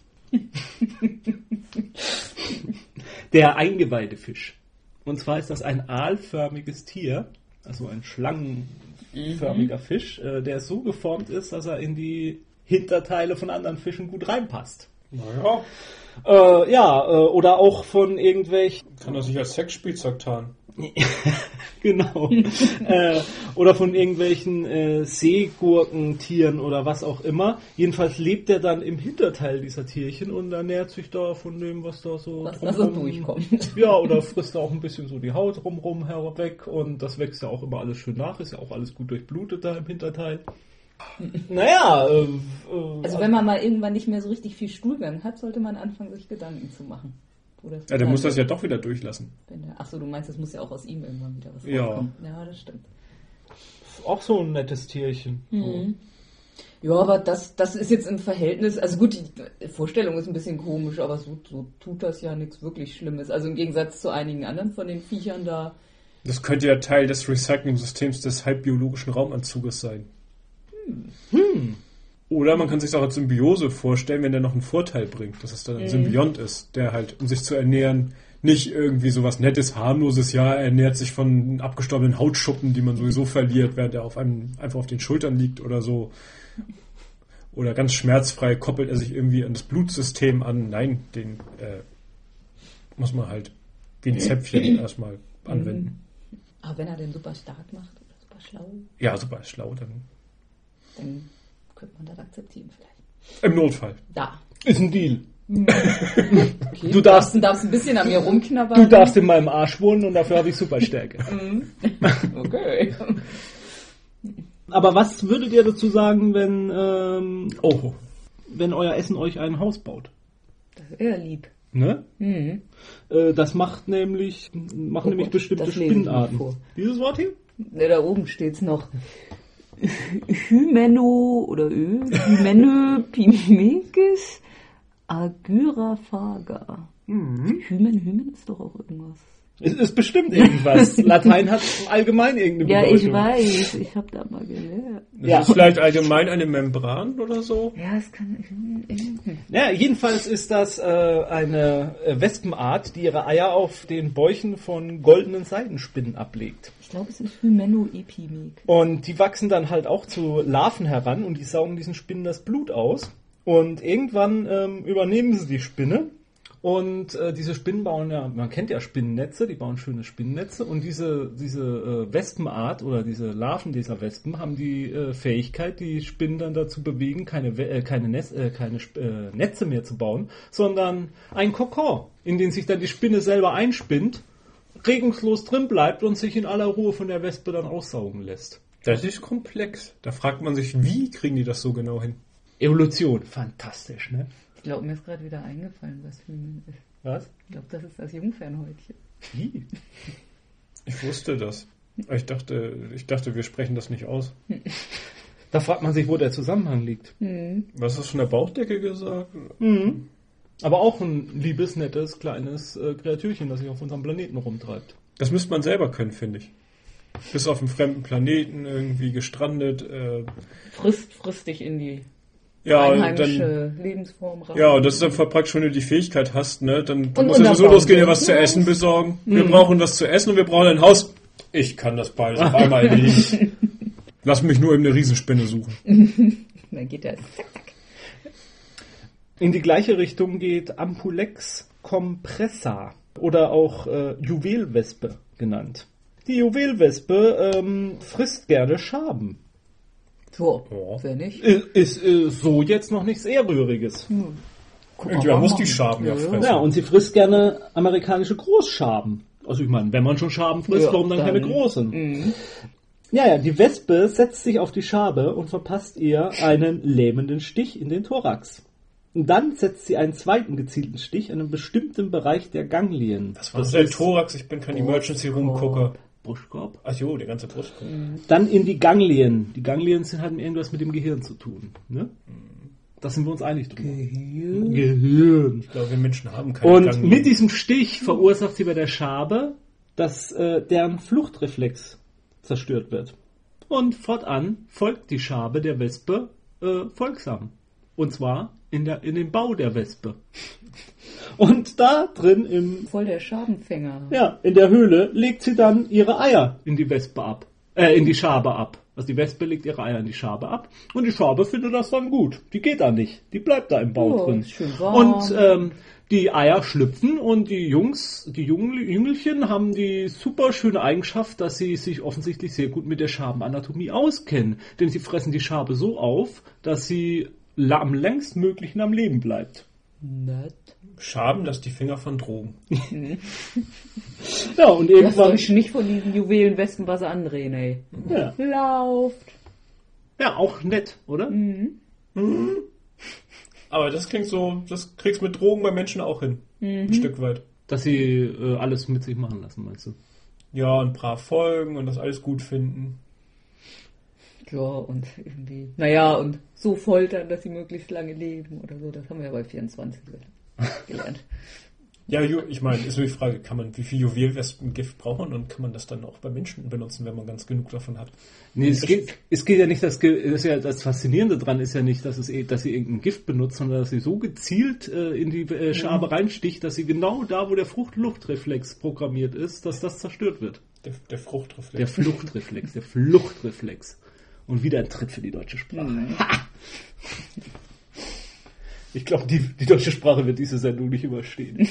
Der Eingeweidefisch. Und zwar ist das ein aalförmiges Tier, also ein schlangenförmiger Fisch, äh, der so geformt ist, dass er in die Hinterteile von anderen Fischen gut reinpasst. Naja, Äh, ja, äh, oder auch von irgendwelchen, kann er sich als Sexspielzeug tarnen. genau, äh, oder von irgendwelchen äh, Seegurkentieren oder was auch immer. Jedenfalls lebt er dann im Hinterteil dieser Tierchen und ernährt sich da von dem, was da so Was da so drumrum- durchkommt. Ja, oder frisst da auch ein bisschen so die Haut rumrum herweg und das wächst ja auch immer alles schön nach, ist ja auch alles gut durchblutet da im Hinterteil. Naja, äh, äh, Also wenn man mal irgendwann nicht mehr so richtig viel Stuhlgang hat, sollte man anfangen, sich Gedanken zu machen. Wo das Ja, der muss das ja doch wieder durchlassen. Wenn der, achso, du meinst, das muss ja auch aus ihm irgendwann wieder was Ja. rauskommen. Ja, das stimmt. auch so ein nettes Tierchen. Mhm. Ja, aber das, das ist jetzt im Verhältnis, also gut, die Vorstellung ist ein bisschen komisch, aber so, so tut das ja nichts wirklich Schlimmes. Also im Gegensatz zu einigen anderen von den Viechern da. Das könnte ja Teil des Recycling-Systems des halbbiologischen Raumanzuges sein. Hm. Oder man kann sich das auch als Symbiose vorstellen, wenn der noch einen Vorteil bringt, dass es dann ein Mhm. Symbiont ist, der halt, um sich zu ernähren, nicht irgendwie sowas Nettes, harmloses, ja, er ernährt sich von abgestorbenen Hautschuppen, die man sowieso verliert, während er auf einem einfach auf den Schultern liegt oder so. Oder ganz schmerzfrei koppelt er sich irgendwie an das Blutsystem an. Nein, den äh, muss man halt wie ein Zäpfchen erstmal anwenden. Aber wenn er den super stark macht oder super schlau, Ja, super schlau, dann dann könnte man das akzeptieren vielleicht. im Notfall. Da. Ist ein Deal. Okay, Du darfst- du darfst ein bisschen an mir rumknabbern. Du darfst in meinem Arsch wohnen und dafür habe ich Superstärke. Okay. Aber was würdet ihr dazu sagen, wenn, ähm, Oh, wenn euer Essen euch ein Haus baut? Das ist eher lieb. Ne? Mhm. Äh, das macht nämlich, machen Oh nämlich Gott, bestimmte das lese ich mal Spinnarten. vor. Dieses Wort hier? Ne, da oben steht's noch. Hymeno oder Ö, Hymenopimekis agyraphaga. Mhm. Hymen, Hymen ist doch auch irgendwas. Es ist bestimmt irgendwas. Latein hat allgemein irgendeine Ja, Bedeutung. ich weiß, ich habe da mal gelernt. das Ja. ist vielleicht allgemein eine Membran oder so. Ja, es kann. Ja, jedenfalls ist das äh, eine äh, Wespenart, die ihre Eier auf den Bäuchen von goldenen Seidenspinnen ablegt. Ich glaube, es ist Hymenoepimik. Und die wachsen dann halt auch zu Larven heran und die saugen diesen Spinnen das Blut aus. Und irgendwann ähm, übernehmen sie die Spinne. Und äh, diese Spinnen bauen ja, man kennt ja Spinnennetze, die bauen schöne Spinnennetze. Und diese, diese äh, Wespenart oder diese Larven dieser Wespen haben die äh, Fähigkeit, die Spinnen dann dazu bewegen, keine, We- äh, keine, Netz, äh, keine äh, Netze mehr zu bauen, sondern ein Kokon, in den sich dann die Spinne selber einspinnt, regungslos drin bleibt und sich in aller Ruhe von der Wespe dann aussaugen lässt. Das ist komplex. Da fragt man sich, wie kriegen die das so genau hin? Evolution, fantastisch, ne? Ich glaube, mir ist gerade wieder eingefallen, was Hymen ist. Was? Ich glaube, das ist das Jungfernhäutchen. Wie? Ich wusste das. Ich dachte, ich dachte, wir sprechen das nicht aus. Da fragt man sich, wo der Zusammenhang liegt. Was hast du von der Bauchdecke gesagt? Mhm. Aber auch ein liebes, nettes, kleines äh, Kreatürchen, das sich auf unserem Planeten rumtreibt. Das müsste man selber können, finde ich. Bis auf einem fremden Planeten, irgendwie gestrandet. Äh, Frisst, frisst dich in die ja, dann, einheimische Lebensform rein. ja, und das ist einfach praktisch, wenn du die Fähigkeit hast, ne? Dann, dann Und musst du sowieso unterbauen. losgehen, dir was zu essen besorgen. Wir brauchen was zu essen und wir brauchen ein Haus. Ich kann das beides auf einmal nicht. Lass mich nur eben eine Riesenspinne suchen. Dann geht der. In die gleiche Richtung geht Ampulex compressa oder auch äh, Juwelwespe genannt. Die Juwelwespe ähm, frisst gerne Schaben. So, Ja. wer nicht? Ist, ist äh, so jetzt noch nichts Ehrrühriges. Irgendjemand muss die Schaben ja Ja, ja. fressen. Ja, und sie frisst gerne amerikanische Großschaben. Also ich meine, wenn man schon Schaben frisst, Ja, warum dann, dann- keine großen? Mhm. Ja, ja, die Wespe setzt sich auf die Schabe und verpasst ihr einen lähmenden Stich in den Thorax. Und dann setzt sie einen zweiten gezielten Stich in einem bestimmten Bereich der Ganglien. Was war das der Thorax? Ich bin kein Emergency Room Gucker. Brustkorb. Ach jo, der ganze Brustkorb. Dann in die Ganglien. Die Ganglien sind halt irgendwas mit dem Gehirn zu tun. Ne? Da sind wir uns einig drüber. Gehirn. Gehirn. Ich glaube, wir Menschen haben keine Und Ganglien. mit diesem Stich verursacht sie bei der Schabe, dass äh, deren Fluchtreflex zerstört wird. Und fortan folgt die Schabe der Wespe äh, folgsam. Und zwar in, der, in den Bau der Wespe. Und da drin im, Voll der Schabenfänger. ja, in der Höhle legt sie dann ihre Eier in die Wespe ab. Äh, in die Schabe ab. Also die Wespe legt ihre Eier in die Schabe ab. Und die Schabe findet das dann gut. Die geht da nicht. Die bleibt da im Bau Oh, drin. ist schön warm. Und ähm, die Eier schlüpfen und die Jungs, die Jungen, Jüngelchen haben die super schöne Eigenschaft, dass sie sich offensichtlich sehr gut mit der Schabenanatomie auskennen. Denn sie fressen die Schabe so auf, dass sie la- am längstmöglichen am Leben bleibt. Nett. Schaben, das die Finger von Drogen. Ja, und Lasst irgendwann... euch nicht von diesen Juwelenwespen was andrehen, ey. Ja, Lauft. ja, auch nett, oder? Aber das klingt so, das kriegst mit Drogen bei Menschen auch hin. Ein Stück weit. Dass sie äh, alles mit sich machen lassen, meinst du? Ja, ein paar Folgen und das alles gut finden. Ja, und irgendwie, naja, und so foltern, dass sie möglichst lange leben oder so. Das haben wir ja bei vierundzwanzig gelernt. Ja, Ju- ich meine, ist nur die Frage, kann man, wie viel Juwelwespengift braucht man und kann man das dann auch bei Menschen benutzen, wenn man ganz genug davon hat? Nee, es geht, es geht ja nicht, das, Ge- das, ist ja, das Faszinierende dran ist ja nicht, dass, es, eh- dass sie irgendein Gift benutzt, sondern dass sie so gezielt äh, in die äh, Schabe reinsticht, dass sie genau da, wo der Fruchtluchtreflex programmiert ist, dass das zerstört wird. Der, der Fruchtreflex. Der Fluchtreflex, der Fluchtreflex. Und wieder ein Tritt für die deutsche Sprache. Ha! Ich glaube, die, die deutsche Sprache wird diese Sendung nicht überstehen.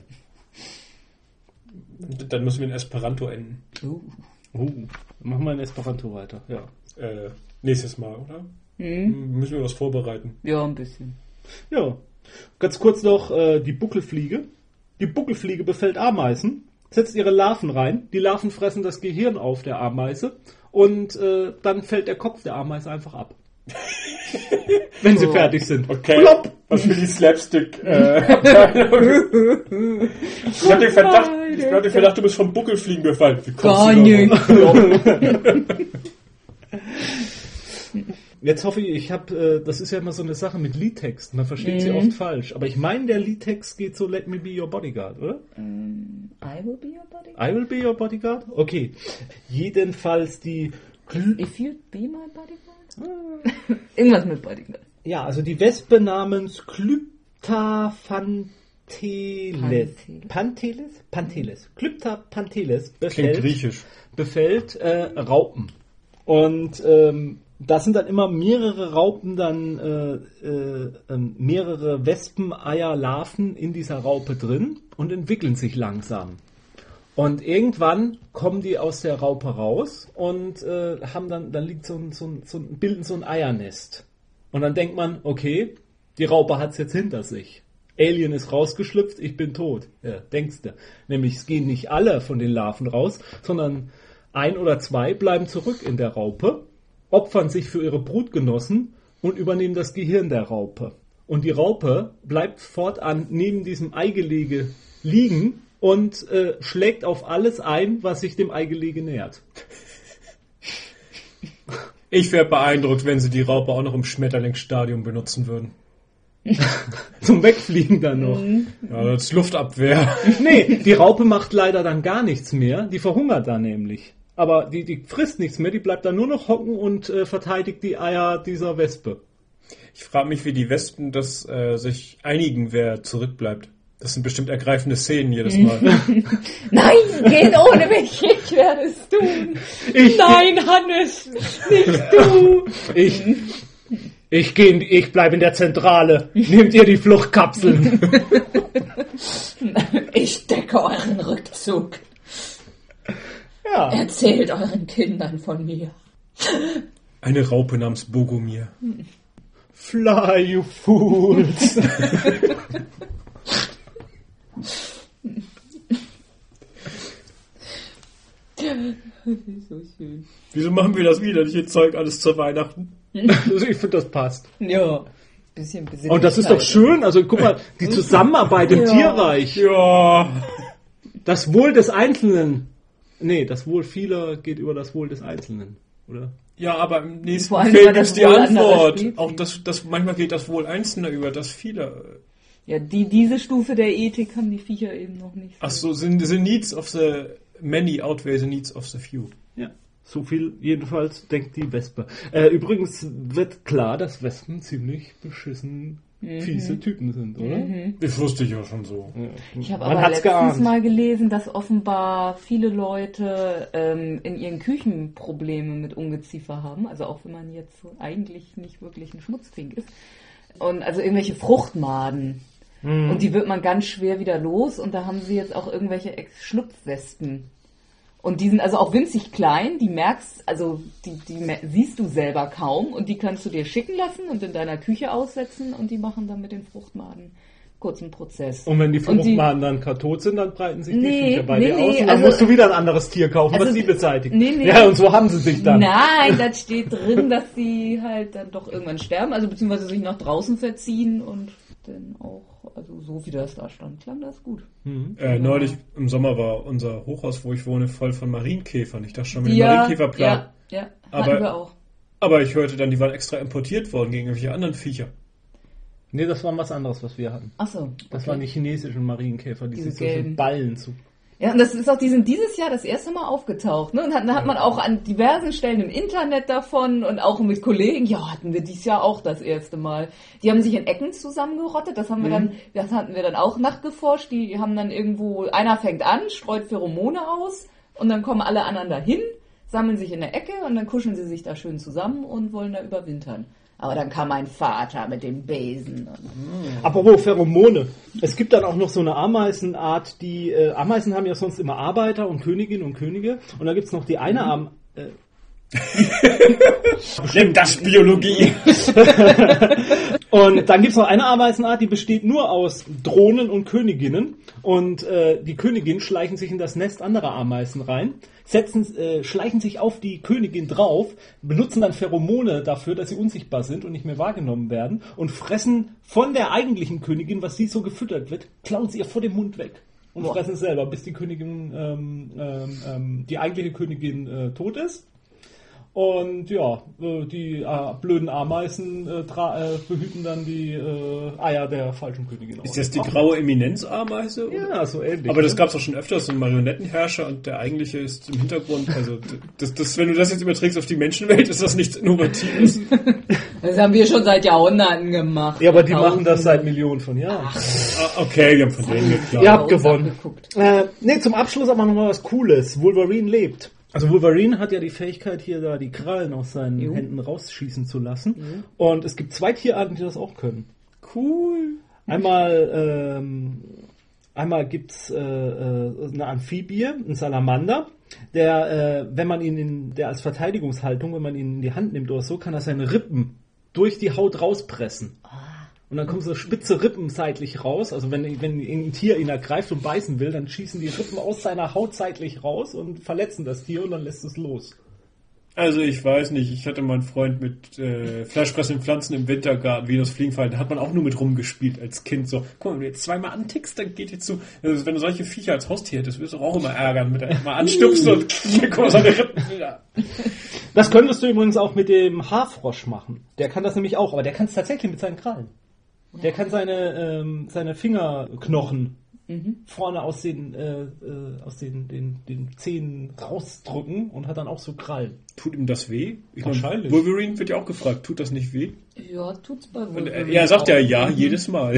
Dann müssen wir in Esperanto enden. Uh. Oh, machen wir in Esperanto weiter. Ja. Äh, nächstes Mal, oder? Mhm. Müssen wir was vorbereiten. Ja, ein bisschen. Ja, ganz kurz noch äh, die Buckelfliege. Die Buckelfliege befällt Ameisen, setzt ihre Larven rein. Die Larven fressen das Gehirn auf der Ameise und äh, dann fällt der Kopf der Ameise einfach ab. Wenn sie fertig sind. Okay. Plopp! Was für die Slapstick. Äh, ich hab den Verdacht, ich hab den Verdacht, du bist vom Buckelfliegen befallen. Wie kommst Gar du darauf? nicht. Jetzt hoffe ich, ich habe, äh, das ist ja immer so eine Sache mit Liedtext. Man versteht sie oft falsch. Aber ich meine, der Liedtext geht so, let me be your bodyguard, oder? I will be your bodyguard. I will be your bodyguard? Okay. Jedenfalls die... Gl- If you'd be my bodyguard? Irgendwas mit Bodyguard. Ja, also die Wespe namens Clyptaphanteles. Panteles. Panteles? Panteles. Clyptaphanteles Klingt befällt, griechisch. befällt äh, Raupen. Und ähm, da sind dann immer mehrere Raupen, dann äh, äh, ähm, mehrere Wespeneier, Larven in dieser Raupe drin und entwickeln sich langsam. Und irgendwann kommen die aus der Raupe raus und äh, haben dann, dann liegt so ein, so ein, so ein, bilden so ein Eiernest. Und dann denkt man, okay, die Raupe hat's jetzt hinter sich. Alien ist rausgeschlüpft, ich bin tot. Ja, denkst du. Nämlich es gehen nicht alle von den Larven raus, sondern ein oder zwei bleiben zurück in der Raupe, opfern sich für ihre Brutgenossen und übernehmen das Gehirn der Raupe. Und die Raupe bleibt fortan neben diesem Eigelege liegen und äh, schlägt auf alles ein, was sich dem Eigelege nähert. Ich wäre beeindruckt, wenn sie die Raupe auch noch im Schmetterlingsstadium benutzen würden. Zum Wegfliegen dann noch. Ja, als Luftabwehr. Nee, die Raupe macht leider dann gar nichts mehr. Die verhungert dann nämlich. Aber die, die frisst nichts mehr, die bleibt dann nur noch hocken und äh, verteidigt die Eier dieser Wespe. Ich frage mich, wie die Wespen das äh, sich einigen, wer zurückbleibt. Das sind bestimmt ergreifende Szenen jedes Mal. Nein, geht ohne mich. Ich werde es tun. Ich, Nein, Hannes, nicht du. Ich, ich gehe, ich bleibe in der Zentrale. Nehmt ihr die Fluchtkapseln? Ich decke euren Rückzug. Ja. Erzählt euren Kindern von mir. Eine Raupe namens Bogomir. Fly, you fools! So schön. Wieso machen wir das wieder? Nicht Zeug alles zu Weihnachten? Also ich finde, das passt. Ja, bisschen Besinnlichkeit. Und das ist doch schön. Also guck mal, die Zusammenarbeit im Ja. Tierreich. Ja. Das Wohl des Einzelnen. Nee, das Wohl vieler geht über das Wohl des Einzelnen, oder? Ja, aber im nächsten Vor allem Film über das ist die Wohl anderer Antwort. Spezies. Auch das, das, manchmal geht das Wohl Einzelner über das vieler. Ja, die, diese Stufe der Ethik haben die Viecher eben noch nicht. Ach so, the, the needs of the many outweigh the needs of the few. Ja. So viel jedenfalls denkt die Wespe. Äh, übrigens wird klar, dass Wespen ziemlich beschissen fiese Typen sind, oder? Das wusste ich ja schon so. Ja. Ich habe Man aber hat's letztens geahnt. mal gelesen, dass offenbar viele Leute ähm, in ihren Küchen Probleme mit Ungeziefer haben. Also auch wenn man jetzt so eigentlich nicht wirklich ein Schmutzfink ist. Und also irgendwelche Fruchtmaden. Mhm. Und die wird man ganz schwer wieder los. Und da haben sie jetzt auch irgendwelche Ex-Schlupfwespen. Und die sind also auch winzig klein, die merkst, also die, die mer- siehst du selber kaum und die kannst du dir schicken lassen und in deiner Küche aussetzen und die machen dann mit den Fruchtmaden kurzen Prozess. Und wenn die Und die- Fruchtmaden dann gerade tot sind, dann breiten sich die Nee, Viecher bei nee, dir nee, aus und dann also- musst du wieder ein anderes Tier kaufen, Also was die die- beseitigt. nee, nee. Ja, und so haben sie sich dann. Nein, das steht drin, dass sie halt dann doch irgendwann sterben, also beziehungsweise sich nach draußen verziehen und dann auch, also so wie das da stand, klang das gut. Äh, neulich im Sommer war unser Hochhaus, wo ich wohne, voll von Marienkäfern. Ich dachte schon mit dem Ja, Marienkäferplan. ja, ja, Aber- hatten wir auch. Aber ich hörte dann, die waren extra importiert worden gegen irgendwelche anderen Viecher. Nee, das war was anderes, was wir hatten. Ach so. Das okay. waren die chinesischen Marienkäfer, die Diese sich so so gelben. Ballen zu. Ja, und das ist auch, die sind dieses Jahr das erste Mal aufgetaucht, ne? Und hat, da hat man auch an diversen Stellen im Internet davon und auch mit Kollegen, ja, hatten wir dieses Jahr auch das erste Mal. Die haben sich in Ecken zusammengerottet, das haben wir dann, das hatten wir dann auch nachgeforscht, die haben dann irgendwo, einer fängt an, streut Pheromone aus und dann kommen alle anderen dahin, sammeln sich in der Ecke und dann kuscheln sie sich da schön zusammen und wollen da überwintern. Aber dann kam mein Vater mit dem Besen. Und Apropos Pheromone. Es gibt dann auch noch so eine Ameisenart, die, äh, Ameisen haben ja sonst immer Arbeiter und Königinnen und Könige. Und da gibt's noch die eine Am... Äh, Nimm das Biologie! Und dann gibt's noch eine Ameisenart, die besteht nur aus Drohnen und Königinnen. Und äh, die Königinnen schleichen sich in das Nest anderer Ameisen rein, setzen, äh, schleichen sich auf die Königin drauf, benutzen dann Pheromone dafür, dass sie unsichtbar sind und nicht mehr wahrgenommen werden und fressen von der eigentlichen Königin, was sie so gefüttert wird, klauen sie ihr vor dem Mund weg. Und Boah. fressen es selber, bis die Königin, ähm, ähm, ähm, die eigentliche Königin äh, tot ist. Und ja, äh, die äh, blöden Ameisen äh, tra- äh, behüten dann die äh, Eier der falschen Königin aus. Ist das die graue Eminenzameise? oder? Ja, so ähnlich. Aber das ne? gab's auch schon öfters, so ein Marionettenherrscher und der eigentliche ist im Hintergrund. Also das, das, wenn du das jetzt überträgst auf die Menschenwelt, ist das nichts Innovatives. das haben wir schon seit Jahrhunderten gemacht. Ja, aber die Tausende. machen das seit Millionen von Jahren. Ah, okay, wir haben von denen geklaut. Ihr habt Bei uns gewonnen. abgeguckt. Äh, nee, zum Abschluss aber noch mal was Cooles. Wolverine lebt. Also Wolverine hat ja die Fähigkeit, hier da die Krallen aus seinen Jo. Händen rausschießen zu lassen. Und es gibt zwei Tierarten, die das auch können. Cool. Einmal, ähm, einmal gibt's äh, äh, eine Amphibie, ein Salamander, der, äh, wenn man ihn in, der als Verteidigungshaltung, wenn man ihn in die Hand nimmt oder so, kann er seine Rippen durch die Haut rauspressen. Und dann kommen so spitze Rippen seitlich raus. Also wenn, wenn ein Tier ihn ergreift und beißen will, dann schießen die Rippen aus seiner Haut seitlich raus und verletzen das Tier und dann lässt es los. Also ich weiß nicht, ich hatte mal einen Freund mit äh, fleischfressenden Pflanzen im Wintergarten, Venus Fliegenfall, da hat man auch nur mit rumgespielt als Kind. So, guck mal, wenn du jetzt zweimal antickst, dann geht jetzt so, also wenn du solche Viecher als Haustier hättest, wirst du auch immer ärgern, mit der mal anstupsen und guck mal, seine Rippen wieder. Das könntest du übrigens auch mit dem Haarfrosch machen. Der kann das nämlich auch, aber der kann es tatsächlich mit seinen Krallen. Der kann seine, ähm, seine Fingerknochen vorne aus den, äh, äh, aus den, den, den Zähnen rausdrücken und hat dann auch so Krallen. Tut ihm das weh? Ich mein, Wahrscheinlich. Wolverine wird ja auch gefragt, tut das nicht weh? Ja, tut's bei Und Wolverine er, er sagt ja auch. ja, jedes Mal.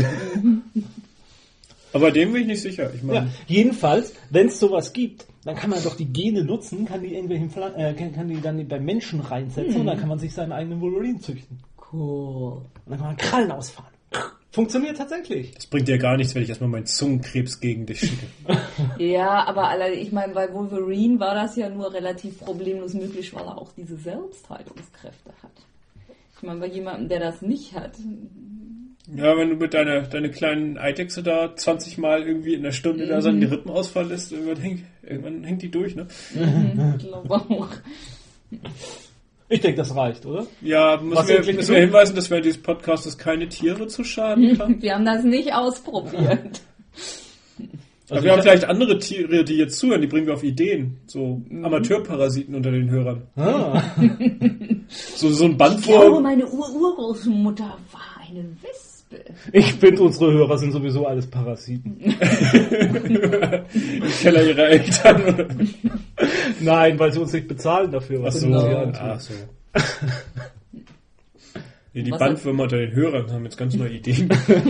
Aber dem bin ich nicht sicher. Ich meine, Ja, jedenfalls, wenn es sowas gibt, dann kann man doch die Gene nutzen, kann die irgendwelchen Pflan- äh, kann, kann die dann bei Menschen reinsetzen und dann kann man sich seinen eigenen Wolverine züchten. Cool. Und dann kann man Krallen ausfahren. Funktioniert tatsächlich. das bringt dir gar nichts, wenn ich erstmal meinen Zungenkrebs gegen dich schicke. Ja, aber alle, ich meine, bei Wolverine war das ja nur relativ problemlos möglich, weil er auch diese Selbstheilungskräfte hat. Ich meine, bei jemandem, der das nicht hat. Ja, wenn du mit deiner deine kleinen Eidechse da zwanzig Mal irgendwie in der Stunde mhm. da so einen Rippenausfall lässt, irgendwann hängt, irgendwann hängt die durch, ne? Mhm, ich glaube auch. Ich denke, das reicht, oder? Ja, müssen wir, müssen wir hinweisen, dass wir in diesem Podcast keine Tiere zu Schaden haben? Wir haben das nicht ausprobiert. Also wir haben vielleicht andere Tiere, die jetzt zuhören, die bringen wir auf Ideen. So Amateurparasiten unter den Hörern. Ah. so, so ein Bandwurm. Ich glaube, meine Ur-Urgroßmutter war eine Wespe. Ich finde, unsere Hörer sind sowieso alles Parasiten. Im Keller ihrer Eltern. Nein, weil sie uns nicht bezahlen dafür. Was Ach so. Genau. Ach so. Nee, die was Bandwürmer unter den Hörern haben jetzt ganz neue Ideen.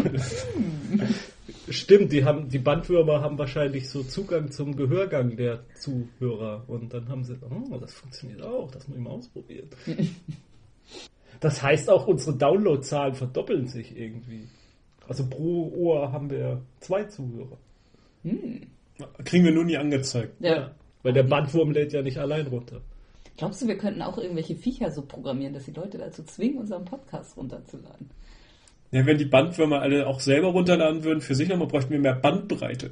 Stimmt, die haben die Bandwürmer haben wahrscheinlich so Zugang zum Gehörgang der Zuhörer und dann haben sie, oh, das funktioniert auch, das muss ich mal ausprobieren. Das heißt auch, unsere Downloadzahlen verdoppeln sich irgendwie. Also pro Ohr haben wir zwei Zuhörer. Hm. Kriegen wir nur nie angezeigt. Ja, weil der Bandwurm lädt ja nicht allein runter. Glaubst du, wir könnten auch irgendwelche Viecher so programmieren, dass die Leute dazu zwingen, unseren Podcast runterzuladen? Ja, wenn die Bandwürmer alle auch selber runterladen würden, für sich nochmal bräuchten wir mehr Bandbreite.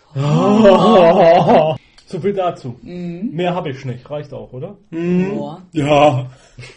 Oh. So viel dazu. Mhm. Mehr habe ich nicht. Reicht auch, oder? Mhm. Ja.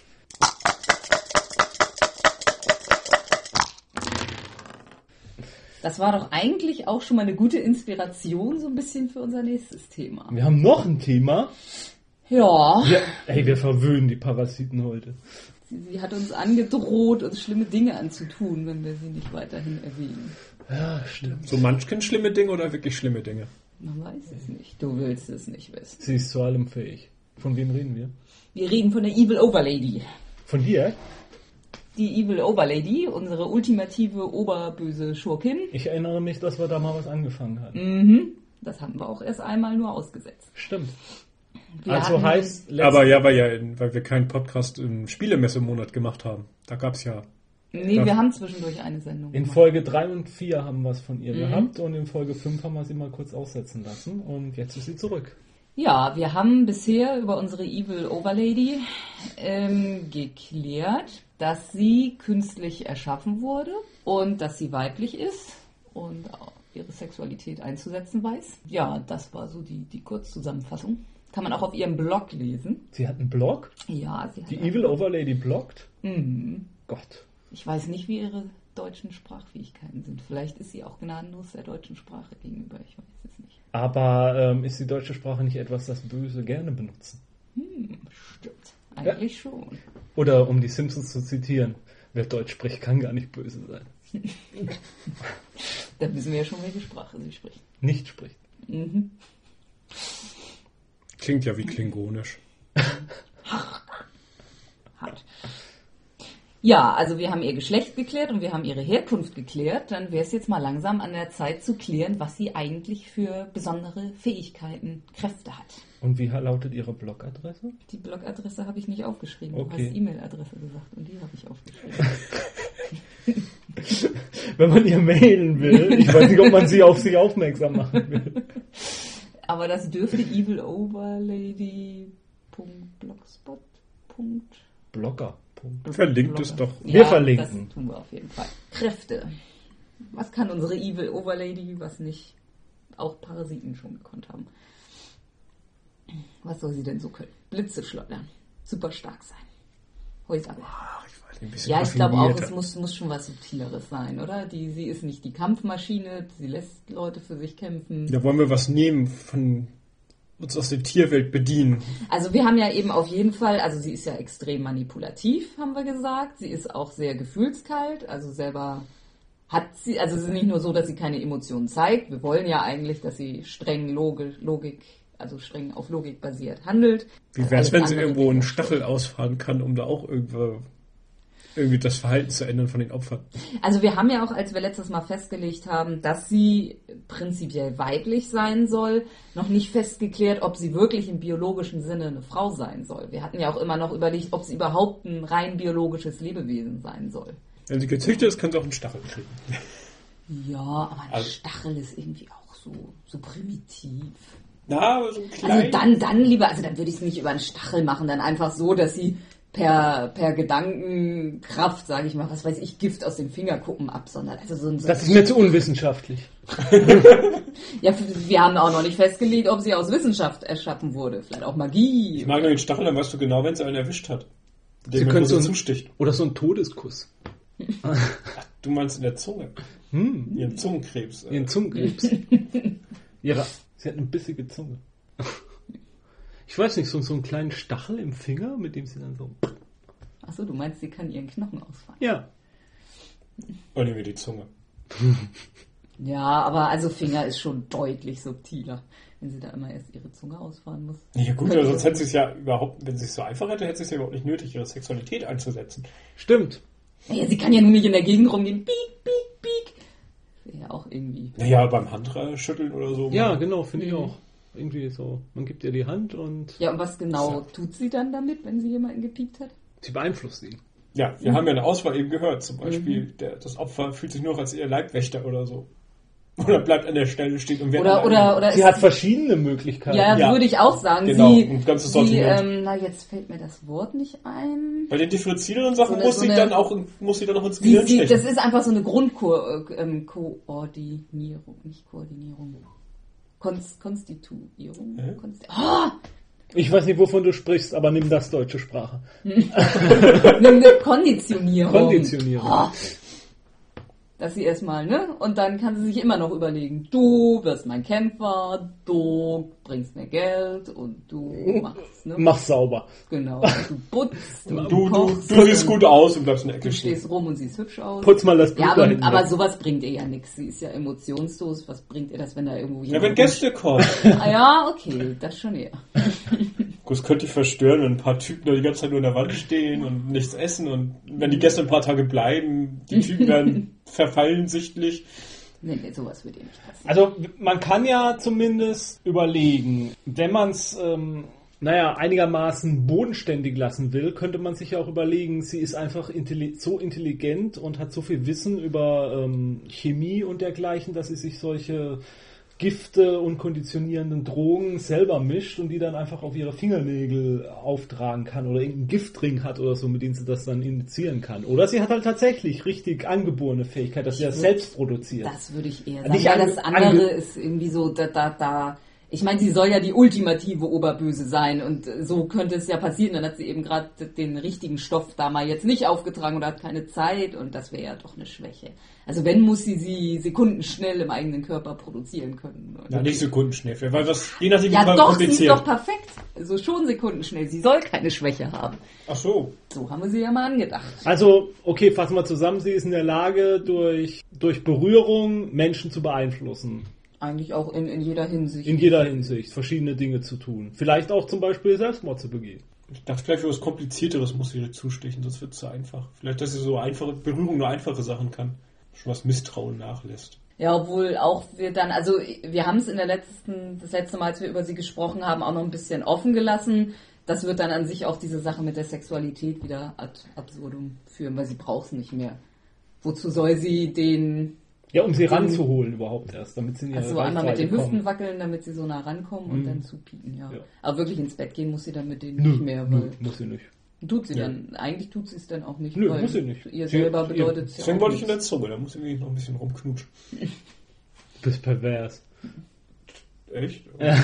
Das war doch eigentlich auch schon mal eine gute Inspiration, so ein bisschen für unser nächstes Thema. Wir haben noch ein Thema. Ja. ja. Ey, wir verwöhnen die Parasiten heute. Sie, sie hat uns angedroht, uns schlimme Dinge anzutun, wenn wir sie nicht weiterhin erwähnen. Ja, stimmt. So manchmal schlimme Dinge oder wirklich schlimme Dinge? Man weiß es nicht. Du willst es nicht wissen. Sie ist zu allem fähig. Von wem reden wir? Wir reden von der Evil Overlady. Von dir? Die Evil Overlady, unsere ultimative oberböse Schurkin. Ich erinnere mich, dass wir da mal was angefangen hatten. Mhm. Das haben wir auch erst einmal nur ausgesetzt. Stimmt. Wir also heißt... Aber ja, weil, ja, weil wir keinen Podcast im Spielemesse-Monat gemacht haben. Da gab es ja... Nee, wir haben zwischendurch eine Sendung In gemacht. Folge drei und vier haben wir es von ihr Mhm. gehabt und in Folge fünf haben wir sie mal kurz aussetzen lassen und jetzt ist sie zurück. Ja, wir haben bisher über unsere Evil Overlady ähm, geklärt, dass sie künstlich erschaffen wurde und dass sie weiblich ist und auch ihre Sexualität einzusetzen weiß. Ja, das war so die, die Kurzzusammenfassung. Kann man auch auf ihrem Blog lesen. Sie hat einen Blog? Ja, sie hat Die einen Evil Blog. Overlady bloggt? Mhm. Gott. Ich weiß nicht, wie ihre deutschen Sprachfähigkeiten sind. Vielleicht ist sie auch gnadenlos der deutschen Sprache gegenüber. Ich weiß es nicht. Aber ähm, ist die deutsche Sprache nicht etwas, das Böse gerne benutzen? Hm, stimmt. Eigentlich ja. schon. Oder um die Simpsons zu zitieren, wer Deutsch spricht, kann gar nicht böse sein. Dann wissen wir ja schon, welche Sprache sie spricht. Nicht spricht. Mhm. Klingt ja wie klingonisch. Hart. Ja, also wir haben ihr Geschlecht geklärt und wir haben ihre Herkunft geklärt. Dann wäre es jetzt mal langsam an der Zeit zu klären, was sie eigentlich für besondere Fähigkeiten, Kräfte hat. Und wie lautet ihre Blogadresse? Die Blogadresse habe ich nicht aufgeschrieben. Okay. Du hast E-Mail-Adresse gesagt und die habe ich aufgeschrieben. Wenn man ihr mailen will, ich weiß nicht, ob man sie auf sich aufmerksam machen will. Aber das dürfte eviloverlady punkt blogspot punkt Blogger. Verlinkt Blogger. es doch. Wir ja, verlinken. Das tun wir auf jeden Fall. Kräfte. Was kann unsere Evil Overlady, was nicht auch Parasiten schon gekonnt haben? Was soll sie denn so können? Blitze schleudern. Super stark sein. Häuser. Ach, ich weiß nicht, ein bisschen Ja, ich glaube auch, es raffinierter. muss, muss schon was Subtileres sein, oder? Die, sie ist nicht die Kampfmaschine, sie lässt Leute für sich kämpfen. Da wollen wir was nehmen von uns aus der Tierwelt bedienen. Also wir haben ja eben auf jeden Fall, also sie ist ja extrem manipulativ, haben wir gesagt. Sie ist auch sehr gefühlskalt, also selber hat sie, also es ist nicht nur so, dass sie keine Emotionen zeigt. Wir wollen ja eigentlich, dass sie streng Logik, Logik also streng auf Logik basiert handelt. Wie wäre es, wenn sie Alles irgendwo einen andere Stachel ausfahren kann, um da auch irgendwo, irgendwie das Verhalten zu ändern von den Opfern? Also wir haben ja auch, als wir letztes Mal festgelegt haben, dass sie prinzipiell weiblich sein soll, noch nicht festgeklärt, ob sie wirklich im biologischen Sinne eine Frau sein soll. Wir hatten ja auch immer noch überlegt, ob sie überhaupt ein rein biologisches Lebewesen sein soll. Wenn sie gezüchtet ist, kann sie auch einen Stachel kriegen. Ja, aber ein Also- Stachel ist irgendwie auch so, so primitiv. Na, aber so ein klein. Also dann, dann lieber, also dann würde ich es nicht über einen Stachel machen, dann einfach so, dass sie per, per Gedankenkraft, sage ich mal, was weiß ich, Gift aus den Fingerkuppen absondert. Also so ein, so Das ist mir zu unwissenschaftlich. Ja, wir haben auch noch nicht festgelegt, ob sie aus Wissenschaft erschaffen wurde. Vielleicht auch Magie. Ich mag nur den Stachel, dann weißt du genau, wenn es einen erwischt hat. Sie Dem können so so ein, zusticht. oder so ein Todeskuss. Ach, du meinst in der Zunge. Hm. Ihren Zungenkrebs. Äh. Ihren Zungenkrebs. Ihre, sie hat eine bissige Zunge. Ich weiß nicht, so, so einen kleinen Stachel im Finger, mit dem sie dann so... Achso, du meinst, sie kann ihren Knochen ausfallen. Ja. Oder nehmen wir die Zunge. Ja, aber also Finger ist schon deutlich subtiler, wenn sie da immer erst ihre Zunge ausfahren muss. Ja gut, aber sonst hätte sie es ja überhaupt, wenn sie es so einfach hätte, hätte sie es ja überhaupt nicht nötig, ihre Sexualität einzusetzen. Stimmt. Naja, sie kann ja nun nicht in der Gegend rumgehen. Piek, piek, piek. Wäre ja auch irgendwie... Naja, beim Handschütteln oder so. Ja, genau, finde ich auch. Irgendwie so. Man gibt ihr die Hand und... Ja, und was genau Ja. tut sie dann damit, wenn sie jemanden gepiekt hat? Sie beeinflusst ihn. Ja, wir haben ja eine Auswahl eben gehört. Zum Beispiel, Mhm. der, das Opfer fühlt sich nur als ihr Leibwächter oder so. Oder bleibt an der Stelle stehen und wird Oder, alleine. oder, oder Sie ist hat verschiedene Möglichkeiten. Ja, Ja. würde ich auch sagen. Genau, sie, ein ganzes sie, Sortiment. ähm, na, jetzt fällt mir das Wort nicht ein. Bei den differenzierteren Sachen So eine- muss so sie eine- dann auch muss sie dann auch ins Sie, Gehirn sie, stechen. das ist einfach so eine Grundkoordinierung, nicht Koordinierung. Konst, Konstituierung? Hä? Konst, oh, Ich weiß nicht, wovon du sprichst, aber nimm das deutsche Sprache. eine Konditionierung. Konditionierung. Oh. Dass sie erstmal, ne? Und dann kann sie sich immer noch überlegen, du wirst mein Kämpfer, du bringst mir Geld und du machst, ne? Mach sauber. Genau, du putzt und du, du, kochst du siehst und gut aus und bleibst in der du Ecke stehen. stehst rum und siehst hübsch aus. Putz mal das Blut Ja, da aber, hinten aber weg. sowas bringt ihr ja nichts. Sie ist ja emotionslos. Was bringt ihr das, wenn da irgendwo Ja, jemand... wenn Gäste kommen. Ah, ja, okay, das schon eher. Das könnte ich verstören, wenn ein paar Typen da die ganze Zeit nur in der Wand stehen und nichts essen und wenn die Gäste ein paar Tage bleiben, die Typen werden verfallen sichtlich. Nee, nee, sowas würde ihr nicht passieren. Also man kann ja zumindest überlegen, wenn man es ähm, naja, einigermaßen bodenständig lassen will, könnte man sich ja auch überlegen, sie ist einfach intelli- so intelligent und hat so viel Wissen über ähm, Chemie und dergleichen, dass sie sich solche Gifte und konditionierenden Drogen selber mischt und die dann einfach auf ihre Fingernägel auftragen kann oder irgendeinen Giftring hat oder so, mit dem sie das dann injizieren kann. Oder sie hat halt tatsächlich richtig angeborene Fähigkeit, dass sie das selbst produziert. Das würde ich eher sagen. Nicht Weil ange- das andere ange- ist irgendwie so, da, da, da... Ich meine, sie soll ja die ultimative Oberböse sein und so könnte es ja passieren. Dann hat sie eben gerade den richtigen Stoff da mal jetzt nicht aufgetragen oder hat keine Zeit und das wäre ja doch eine Schwäche. Also wenn, muss sie sie sekundenschnell im eigenen Körper produzieren können. Ja, nicht sekundenschnell, weil das je nachdem Ja wie doch, sie ist kompliziert. doch perfekt. Also schon sekundenschnell. Sie soll keine Schwäche haben. Ach so. So haben wir sie ja mal angedacht. Also, okay, fassen wir zusammen, sie ist in der Lage, durch, durch Berührung Menschen zu beeinflussen. Eigentlich auch in, in jeder Hinsicht. In jeder Hinsicht, verschiedene Dinge zu tun. Vielleicht auch zum Beispiel Selbstmord zu begehen. Ich dachte, vielleicht für was Komplizierteres muss sie zustechen, sonst wird es zu einfach. Vielleicht, dass sie so einfache Berührung nur einfache Sachen kann. Schon was Misstrauen nachlässt. Ja, obwohl auch wir dann, also wir haben es in der letzten, das letzte Mal, als wir über sie gesprochen haben, auch noch ein bisschen offen gelassen. Das wird dann an sich auch diese Sache mit der Sexualität wieder ad absurdum führen, weil sie braucht es nicht mehr. Wozu soll sie den... Ja, um sie ranzuholen überhaupt erst, damit sie in ihre Also einmal mit den Reichweite Hüften kommen. wackeln, damit sie so nah rankommen und Mhm. dann zupieken, ja. Ja. Aber wirklich ins Bett gehen muss sie dann mit denen Nö, nicht mehr, nö, weil muss sie nicht. tut sie Ja. dann, eigentlich tut sie es dann auch nicht, Nö, weil muss sie nicht. ihr Sie- selber ihr- bedeutet es ja Deswegen auch wollte ich in der nichts. Zunge, da muss ich irgendwie noch ein bisschen rumknutschen. Du bist pervers. Echt? Ja.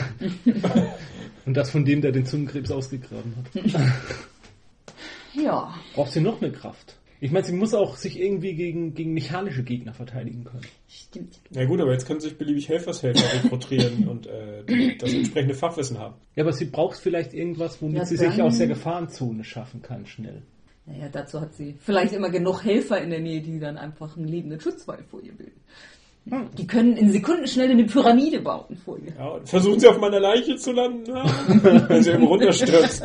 Und das von dem, der den Zungenkrebs ausgegraben hat. Ja, Braucht sie noch eine Kraft? Ich meine, sie muss auch sich irgendwie gegen, gegen mechanische Gegner verteidigen können. stimmt. Ja gut, aber jetzt können sich beliebig Helfershelfer rekrutieren und äh, das entsprechende Fachwissen haben. Ja, aber sie braucht vielleicht irgendwas, womit Ja, sie dann- sich aus der Gefahrenzone schaffen kann, schnell. Naja, dazu hat sie vielleicht immer genug Helfer in der Nähe, die dann einfach einen lebenden Schutzwall vor ihr bilden. Hm. Die können in Sekunden schnell eine Pyramide bauen vor ihr. Ja, und versuchen sie auf meiner Leiche zu landen, ja, wenn sie eben runterstürzt.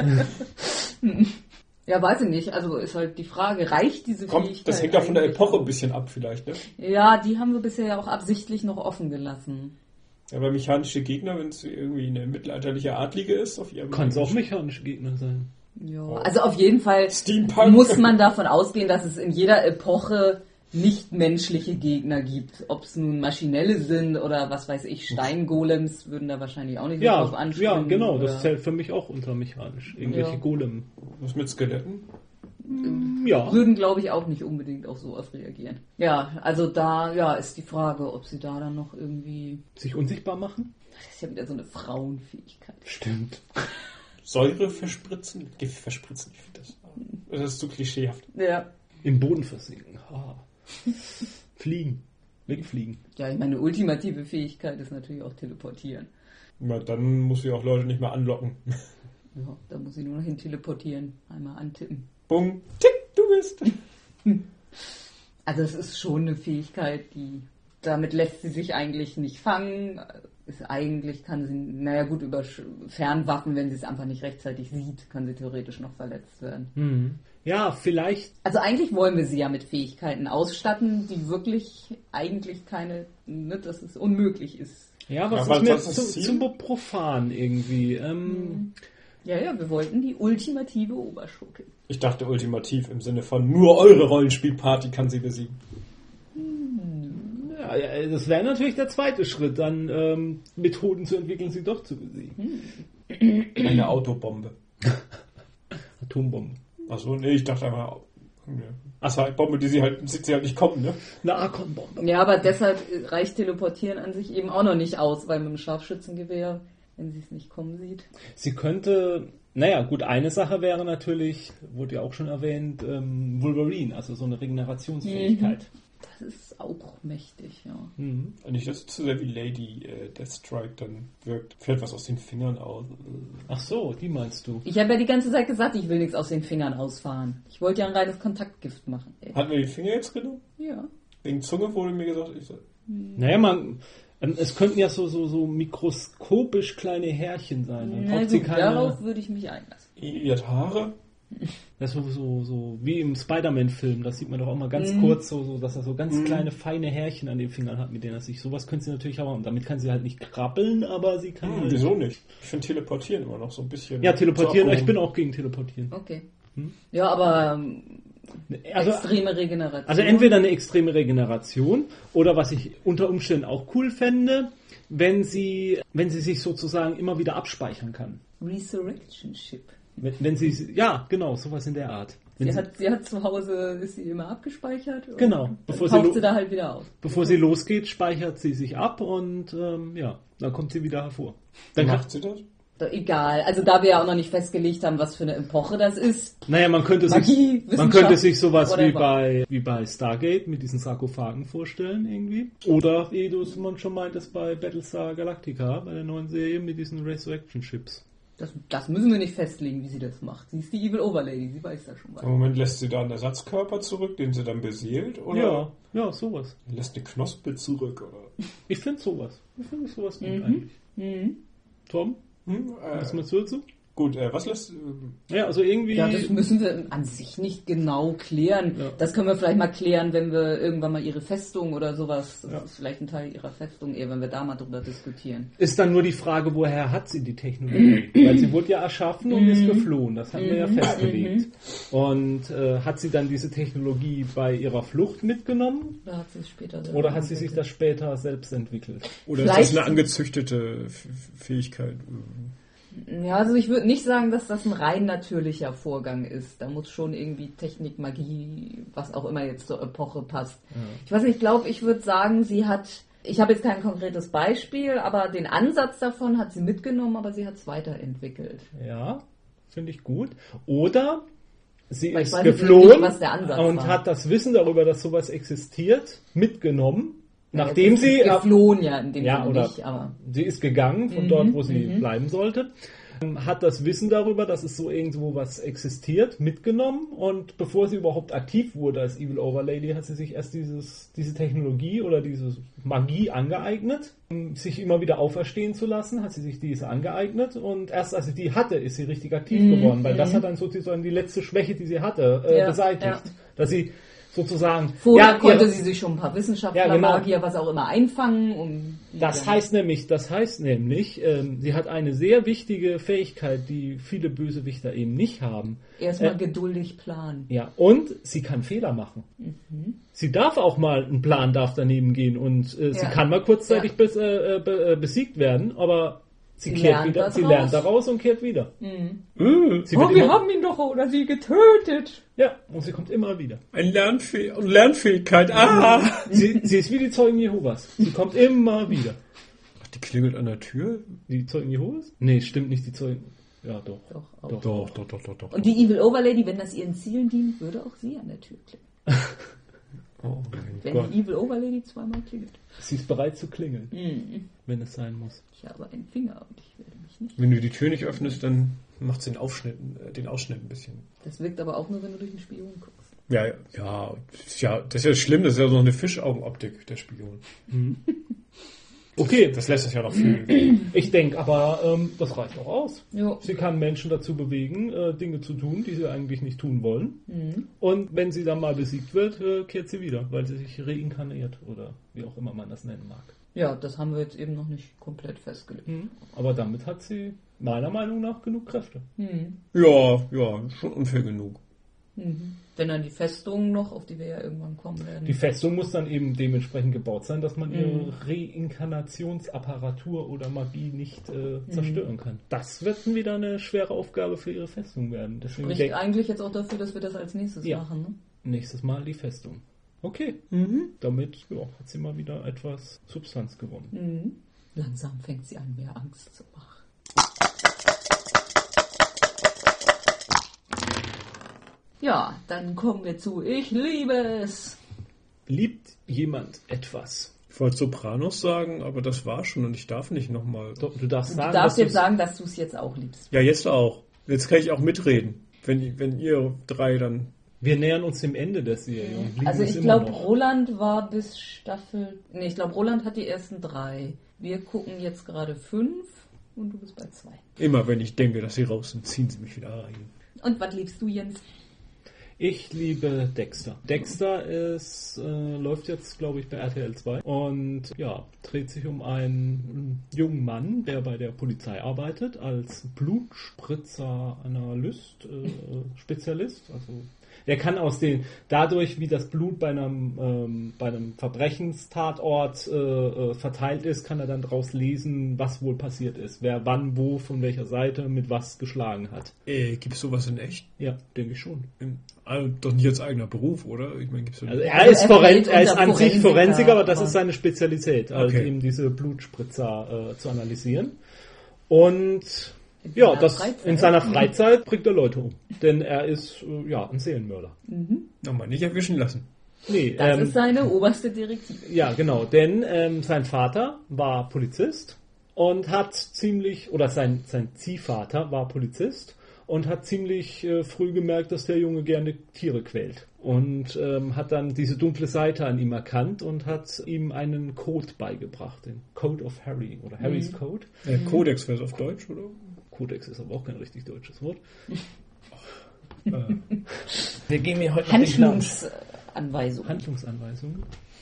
Ja, weiß ich nicht. Also ist halt die Frage, reicht diese Kommt, Fähigkeit? das hängt ja von der eigentlich? Epoche ein bisschen ab vielleicht, ne? Ja, die haben wir bisher ja auch absichtlich noch offen gelassen. Ja, weil mechanische Gegner, wenn es irgendwie eine mittelalterliche Adlige ist, auf ihrem... Kann es auch mechanische Gegner sein. Ja, also auf jeden Fall Steampunk. muss man davon ausgehen, dass es in jeder Epoche nichtmenschliche Gegner gibt. Ob es nun maschinelle sind oder was weiß ich, Steingolems würden da wahrscheinlich auch nicht Ja, so drauf anspringen. ja, genau, oder? das zählt für mich auch unter mechanisch. Irgendwelche Ja. Golem. Was mit Skeletten? Ja. Würden, glaube ich, auch nicht unbedingt auf sowas reagieren. Ja, also da ja, ist die Frage, ob sie da dann noch irgendwie... Sich unsichtbar machen? Das ist ja wieder so eine Frauenfähigkeit. Stimmt. Säure verspritzen? Gift verspritzen, ich finde das. Das ist zu klischeehaft. Ja. Im Boden versinken. Ha. Fliegen. Wegfliegen. Ja, ich meine, ultimative Fähigkeit ist natürlich auch teleportieren. Ja, dann muss sie auch Leute nicht mehr anlocken. Ja, da muss ich nur noch hin teleportieren. Einmal antippen. Bumm, tick, du bist. Also es ist schon eine Fähigkeit, die damit lässt sie sich eigentlich nicht fangen. Ist eigentlich kann sie, naja gut, über Sch- Fernwaffen, wenn sie es einfach nicht rechtzeitig sieht, kann sie theoretisch noch verletzt werden. Hm. Ja, vielleicht. Also eigentlich wollen wir sie ja mit Fähigkeiten ausstatten, die wirklich eigentlich keine, ne, dass es unmöglich ist. Ja, aber Ja, es weil ist mir das zu, ist Ziel. zu profan irgendwie. Ähm, Ja, ja, wir wollten die ultimative Oberschurke. Ich dachte ultimativ im Sinne von nur eure Rollenspielparty kann sie besiegen. ja, ja, das wäre natürlich der zweite Schritt, dann ähm, Methoden zu entwickeln, sie doch zu besiegen. Eine Autobombe. Atombomben. Achso, nee, ich dachte einfach. Achso, eine Bombe, die sie halt, sieht sie halt nicht kommen, ne? Eine Archon-Bombe. Ja, aber deshalb reicht Teleportieren an sich eben auch noch nicht aus, weil mit dem Scharfschützengewehr, wenn sie es nicht kommen sieht. Sie könnte, naja, gut, eine Sache wäre natürlich, wurde ja auch schon erwähnt, ähm, Wolverine, also so eine Regenerationsfähigkeit. Das ist auch mächtig, ja. Mhm. Nicht, dass es zu sehr wie Lady äh, Deathstrike dann wirkt. Fällt was aus den Fingern aus. Ach so, die meinst du. Ich habe ja die ganze Zeit gesagt, ich will nichts aus den Fingern ausfahren. Ich wollte ja ein reines Kontaktgift machen. Ey. Hatten wir die Finger jetzt genommen? Ja. Wegen Zunge wurde mir gesagt, ich so, Naja, man, ähm, es könnten ja so, so, so mikroskopisch kleine Härchen sein. Dann Na braucht sie gut, keine, darauf würde ich mich einlassen. ihr hat Haare? das ist so, so, so wie im Spider-Man-Film, das sieht man doch auch mal ganz Mhm. kurz, so, so, dass er so ganz Mhm. kleine, feine Härchen an den Fingern hat, mit denen er sich, sowas könnte sie natürlich auch machen. Damit kann sie halt nicht krabbeln, aber sie kann Hm, halt, wieso nicht? Ich finde Teleportieren immer noch so ein bisschen... ja, teleportieren, so ich bin auch gegen teleportieren. Okay. Hm? Ja, aber ähm, Also, extreme Regeneration. also entweder eine extreme Regeneration oder was ich unter Umständen auch cool fände, wenn sie, wenn sie sich sozusagen immer wieder abspeichern kann. Resurrection Ship. Wenn, wenn sie, ja, genau, sowas in der Art. Wenn Sie sie, hat, sie hat zu Hause, ist sie immer abgespeichert. und Genau, Dann bevor taucht sie lo- sie da halt wieder auf. bevor sie losgeht, speichert sie sich ab und ähm, ja, dann kommt sie wieder hervor. Dann Wie kann, macht sie das? Da, egal. Also da wir ja auch noch nicht festgelegt haben, was für eine Epoche das ist. naja, man könnte Magie, sich, man Wissenschaft, könnte sich sowas wie whatever. bei, wie bei Stargate mit diesen Sarkophagen vorstellen irgendwie. Oder wie du es man schon meintest bei Battlestar Galactica, bei der neuen Serie mit diesen Resurrection Ships. Das, das müssen wir nicht festlegen, wie sie das macht. Sie ist die Evil Overlady, sie weiß da schon was. Im Moment lässt sie da einen Ersatzkörper zurück, den sie dann beseelt? Oder Ja, ja, sowas. lässt eine Knospe zurück? Oder? Ich finde sowas. Ich finde sowas gut Mhm. eigentlich. Mhm. Tom, Hm, äh, was meinst du dazu? gut, äh, was lässt... ähm, Ja, also irgendwie... Ja, das müssen wir an sich nicht genau klären. Ja. Das können wir vielleicht mal klären, wenn wir irgendwann mal ihre Festung oder sowas, das Ja. ist vielleicht ein Teil ihrer Festung, eher wenn wir da mal drüber diskutieren. Ist dann nur die Frage, woher hat sie die Technologie? Weil sie wurde ja erschaffen und ist geflohen. Das hatten wir ja festgelegt. Und äh, hat sie dann diese Technologie bei ihrer Flucht mitgenommen? Da hat sie es später selber Oder hat sie sich entwickelt. das später selbst entwickelt? Oder Vielleicht- ist das eine angezüchtete F- Fähigkeit? Ja, also ich würde nicht sagen, dass das ein rein natürlicher Vorgang ist. Da muss schon irgendwie Technik, Magie, was auch immer jetzt zur Epoche passt. Ich weiß nicht, ich glaube, ich würde sagen, sie hat, ich habe jetzt kein konkretes Beispiel, aber den Ansatz davon hat sie mitgenommen, aber sie hat es weiterentwickelt. Ja, finde ich gut. Oder sie Weil ich ist weiß jetzt geflohen nicht, was der Ansatz und war. hat das Wissen darüber, dass sowas existiert, mitgenommen. Ja, Nachdem jetzt ist sie... geflohen, ja, in dem Ja, Sinne oder nicht, aber sie ist gegangen von Mhm, dort, wo sie mhm. bleiben sollte, hat das Wissen darüber, dass es so irgendwo was existiert, mitgenommen und bevor sie überhaupt aktiv wurde als Evil Overlady, hat sie sich erst dieses, diese Technologie oder diese Magie angeeignet, um sich immer wieder auferstehen zu lassen, hat sie sich diese angeeignet und erst als sie die hatte, ist sie richtig aktiv Mhm, geworden, weil das mhm. hat dann sozusagen die letzte Schwäche, die sie hatte, äh, Ja, beseitigt. ja. Dass sie sozusagen... Vorher ja, konnte ja, sie sich schon ein paar Wissenschaftler, Ja, genau. Magier, was auch immer einfangen. Um Das heißt nämlich, das heißt nämlich, ähm, sie hat eine sehr wichtige Fähigkeit, die viele Bösewichter eben nicht haben. erstmal äh, geduldig planen. Ja, und sie kann Fehler machen. Mhm. Sie darf auch mal, ein Plan darf daneben gehen und äh, sie Ja. kann mal kurzzeitig Ja. bes, äh, be, äh, besiegt werden, aber sie, Sie kehrt lernt wieder, daraus. sie lernt daraus und kehrt wieder. Mhm. Äh, Sie Oh, wird wir immer, haben ihn doch oder sie getötet. ja, und sie kommt immer wieder. Ein Lernfäh und Lernfähigkeit. Ah! Sie, sie ist wie die Zeugen Jehovas. Sie kommt immer wieder. Ach, die klingelt an der Tür? Die Zeugen Jehovas? Nee, stimmt nicht, die Zeugen. Ja, doch. Doch, auch. Doch. Doch, doch, doch, doch, doch. Und die Evil Overlady, wenn das ihren Zielen dient, würde auch sie an der Tür klingeln. Oh mein Wenn Gott. die Evil Overlady zweimal klingelt. Sie ist bereit zu klingeln, Mhm. wenn es sein muss. Ich habe einen Finger und ich werde mich nicht. Wenn du die Tür nicht öffnest, dann macht den Aufschnitt, äh, den Ausschnitt ein bisschen. Das wirkt aber auch nur, wenn du durch den Spion guckst. Ja, ja, ja, ist ja, das ist ja schlimm, das ist ja so eine Fischaugenoptik, der Spion. Okay, Das lässt sich ja noch viel. ich denke aber, ähm, das reicht auch aus. Jo. Sie kann Menschen dazu bewegen, äh, Dinge zu tun, die sie eigentlich nicht tun wollen. Mhm. Und wenn sie dann mal besiegt wird, äh, kehrt sie wieder, weil sie sich reinkarniert oder wie auch immer man das nennen mag. Ja, das haben wir jetzt eben noch nicht komplett festgelegt. Aber damit hat sie meiner Meinung nach genug Kräfte. Mhm. Ja, ja, schon unfair genug. Mhm. Wenn dann die Festung noch, auf die wir ja irgendwann kommen werden. Die Festung muss dann eben dementsprechend gebaut sein, dass man ihre Mhm. Reinkarnationsapparatur oder Magie nicht äh, zerstören kann. Das wird wieder eine schwere Aufgabe für ihre Festung werden. Deswegen Spricht denk, eigentlich jetzt auch dafür, dass wir das als nächstes Ja. machen. Ne? nächstes Mal die Festung. Okay, Mhm. damit ja, hat sie mal wieder etwas Substanz gewonnen. Mhm. Langsam fängt sie an, mehr Angst zu machen. Ja, dann kommen wir zu Ich liebe es. Liebt jemand etwas? Ich wollte Sopranos sagen, aber das war schon und ich darf nicht nochmal. Du, du darfst Du sagen, darfst dass jetzt sagen, dass du es jetzt auch liebst. Ja, jetzt auch. Jetzt kann ich auch mitreden. Wenn, wenn ihr drei dann. wir nähern uns dem Ende der Serie. und lieben Also es ich immer glaube, noch. Roland war bis Staffel... Nee, ich glaube, Roland hat die ersten drei. Wir gucken jetzt gerade fünf und du bist bei zwei. Immer wenn ich denke, dass sie raus sind, ziehen sie mich wieder rein. Und was liebst du, Jens? Ich liebe Dexter. Dexter ist, äh, läuft jetzt, glaube ich, bei R T L zwei und ja, dreht sich um einen jungen Mann, der bei der Polizei arbeitet, als Blutspritzer-Analyst, äh, Spezialist. Also der kann aus den, dadurch wie das Blut bei einem, ähm, bei einem Verbrechenstatort äh, äh, verteilt ist, kann er dann daraus lesen, was wohl passiert ist. Wer wann, wo, von welcher Seite, mit was geschlagen hat. Äh, gibt's sowas in echt? Ja, denke ich schon. Im, also doch nicht als eigener Beruf, oder? Ich meine, gibt's so Also also, er Also ist, er Foren fällt er ist unter an sich Forensiker, Forensiker, aber das aber- ist seine Spezialität, also Okay. eben diese Blutspritzer äh, zu analysieren. Und In ja, seiner das Freizeit? in seiner Freizeit bringt er Leute um. Denn er ist äh, ja ein Seelenmörder. nochmal nicht erwischen lassen. Nee, Das ähm, ist seine oberste Direktive. ja genau, denn ähm, sein Vater war Polizist und hat ziemlich, oder sein, sein Ziehvater war Polizist und hat ziemlich äh, früh gemerkt, dass der Junge gerne Tiere quält. Und ähm, hat dann diese dunkle Seite an ihm erkannt und hat ihm einen Code beigebracht, den Code of Harry oder Harrys Code. Äh, Kodex wäre es auf Deutsch, oder? Codex ist aber auch kein richtig deutsches Wort. Äh, Wir gehen mir heute Handlungsanweisung. Handlungsanweisungen.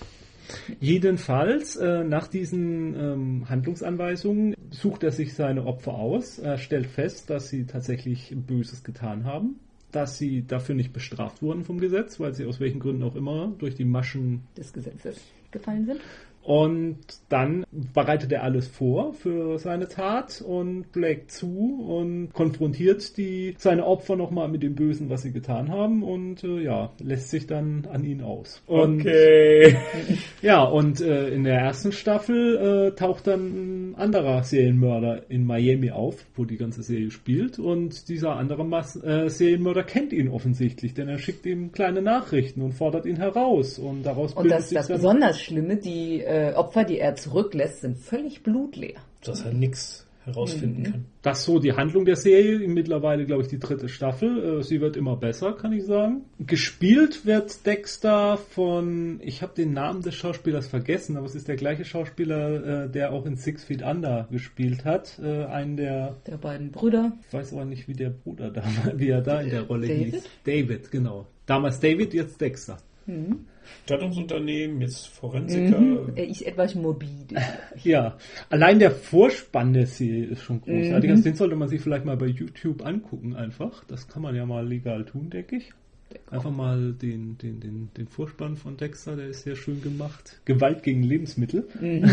Jedenfalls, äh, nach diesen ähm, Handlungsanweisungen sucht er sich seine Opfer aus. Er stellt fest, dass sie tatsächlich Böses getan haben, dass sie dafür nicht bestraft wurden vom Gesetz, weil sie aus welchen Gründen auch immer durch die Maschen. Des Gesetzes gefallen sind. Und dann bereitet er alles vor für seine Tat und schlägt zu und konfrontiert die, seine Opfer nochmal mit dem Bösen, was sie getan haben und äh, ja, lässt sich dann an ihn aus. Und, okay. ja, und äh, in der ersten Staffel äh, taucht dann ein anderer Serienmörder in Miami auf, wo die ganze Serie spielt. Und dieser andere Mas- äh, Serienmörder kennt ihn offensichtlich, denn er schickt ihm kleine Nachrichten und fordert ihn heraus. Und daraus Und bildet das, sich das dann besonders Schlimme, die äh, Opfer, die er zurücklässt, sind völlig blutleer. Dass er nichts herausfinden kann. Das ist so die Handlung der Serie, mittlerweile glaube ich die dritte Staffel. Äh, Sie wird immer besser, kann ich sagen. Gespielt wird Dexter von, ich habe den Namen des Schauspielers vergessen, aber es ist der gleiche Schauspieler, äh, der auch in Six Feet Under gespielt hat. Äh, einen der, Der beiden Brüder. ich weiß aber nicht, wie der Bruder da, wie er da in der Rolle David? hieß. David, genau. Damals David, jetzt Dexter. Mhm. Stattungsunternehmen, jetzt Forensiker. Mhm. Er ist etwas morbide. Ja, allein der Vorspann der Serie ist schon großartig. Mhm. Also den sollte man sich vielleicht mal bei YouTube angucken einfach. Das kann man ja mal legal tun, denke ich. Einfach mal den, den, den, den Vorspann von Dexter, der ist sehr schön gemacht. Gewalt gegen Lebensmittel. Mhm.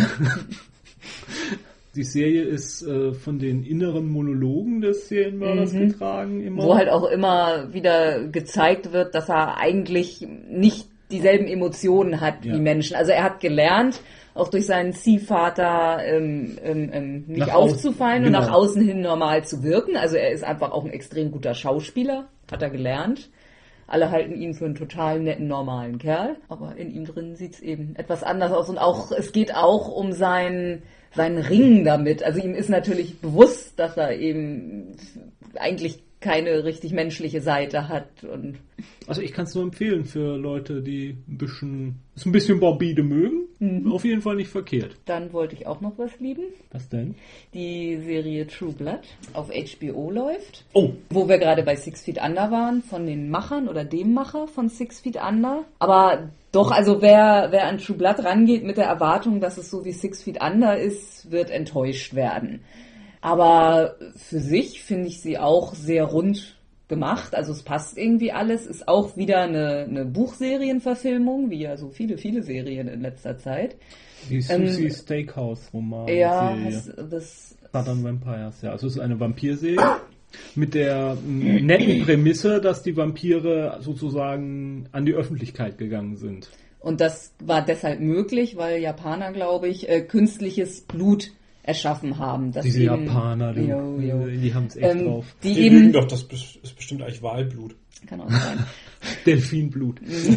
Die Serie ist äh, von den inneren Monologen des Serienmörders Mhm. getragen. Immer. Wo halt auch immer wieder gezeigt wird, dass er eigentlich nicht dieselben Emotionen hat Ja. wie Menschen. Also er hat gelernt, auch durch seinen Ziehvater ähm, ähm, ähm, nicht Nach au- aufzufallen genau. und nach außen hin normal zu wirken. Also er ist einfach auch ein extrem guter Schauspieler, hat er gelernt. Alle halten ihn für einen total netten, normalen Kerl. Aber in ihm drin sieht's eben etwas anders aus. Und auch es geht auch um sein, sein Ringen damit. Also ihm ist natürlich bewusst, dass er eben eigentlich keine richtig menschliche Seite hat. Und Also ich kann es nur empfehlen für Leute, die ein bisschen, es ein bisschen morbide mögen. Mhm. Auf jeden Fall nicht verkehrt. dann wollte ich auch noch was lieben. Was denn? Die Serie True Blood auf H B O läuft. Oh, Wo wir gerade bei Six Feet Under waren, von den Machern oder dem Macher von Six Feet Under. Aber doch, also wer, wer an True Blood rangeht mit der Erwartung, dass es so wie Six Feet Under ist, wird enttäuscht werden. Aber für sich finde ich sie auch sehr rund gemacht. Also es passt irgendwie alles. Ist auch wieder eine, eine Buchserienverfilmung, wie ja so viele, viele Serien in letzter Zeit. die Ähm, Susie Steakhouse Roman Ja, Serie. das, das Southern Vampires, ja. Also es ist eine Vampirserie mit der m, netten Prämisse, dass die Vampire sozusagen an die Öffentlichkeit gegangen sind. Und das war deshalb möglich, weil Japaner, glaube ich, äh, künstliches Blut erschaffen haben. Das Diese eben- Japaner, die, Jo, jo. die haben es echt Ähm, drauf. die Die lügen eben, doch, das bes- ist bestimmt eigentlich Walblut. kann auch sein. Delfinblut.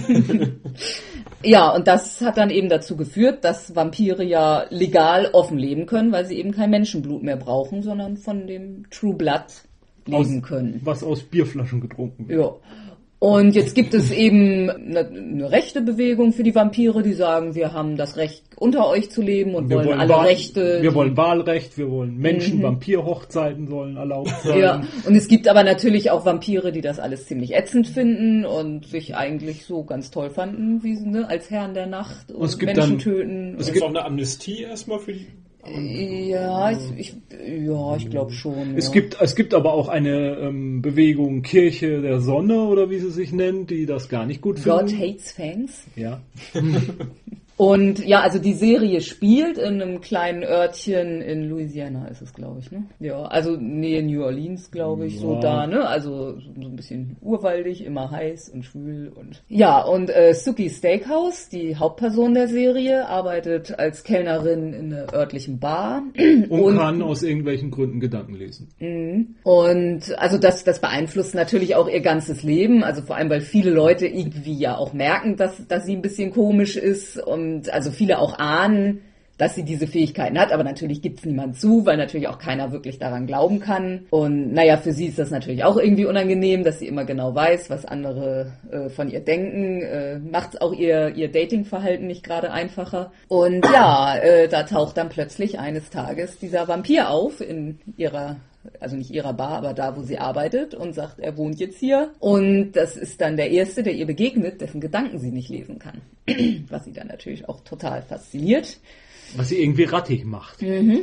Ja, und das hat dann eben dazu geführt, dass Vampire ja legal offen leben können, weil sie eben kein Menschenblut mehr brauchen, sondern von dem True Blood leben können. Was aus Bierflaschen getrunken wird. Ja. Und jetzt gibt es eben eine, eine rechte Bewegung für die Vampire, die sagen, wir haben das Recht, unter euch zu leben und Wir wollen, wollen, alle Wahl, Rechte. wir die- wollen Wahlrecht, wir wollen Menschen, Vampir-Hochzeiten sollen erlaubt sein. Ja, und es gibt aber natürlich auch Vampire, die das alles ziemlich ätzend finden und sich eigentlich so ganz toll fanden, wie sie, ne, als Herren der Nacht und es gibt Menschen dann- töten. Es und- gibt auch eine Amnestie erstmal für die. Ja, ich, ich, ja, ich glaube schon. Es ja. gibt, es gibt aber auch eine ähm, Bewegung Kirche der Sonne oder wie sie sich nennt, die das gar nicht gut God finden. hates Fangs. Ja. Und ja, also die Serie spielt in einem kleinen Örtchen in Louisiana, ist es, glaube ich, ne? Ja, also Nähe New Orleans, glaube ich, so Ja. da, ne? Also so ein bisschen urwaldig, immer heiß und schwül und ja, und äh, Suki Steakhouse, die Hauptperson der Serie, arbeitet als Kellnerin in einer örtlichen Bar Und, kann aus irgendwelchen Gründen Gedanken lesen. Und also das, das beeinflusst natürlich auch ihr ganzes Leben, also vor allem, weil viele Leute irgendwie ja auch merken, dass, dass sie ein bisschen komisch ist und also viele auch ahnen, dass sie diese Fähigkeiten hat, aber natürlich gibt's niemand zu, weil natürlich auch keiner wirklich daran glauben kann. Und naja, für sie ist das natürlich auch irgendwie unangenehm, dass sie immer genau weiß, was andere äh, von ihr denken. Äh, macht's auch ihr, ihr Datingverhalten nicht gerade einfacher. Und ja, äh, da taucht dann plötzlich eines Tages dieser Vampir auf in ihrer, also nicht ihrer Bar, aber da, wo sie arbeitet und sagt, er wohnt jetzt hier. Und das ist dann der Erste, der ihr begegnet, dessen Gedanken sie nicht lesen kann. Was sie dann natürlich auch total fasziniert. Was sie irgendwie rattig macht.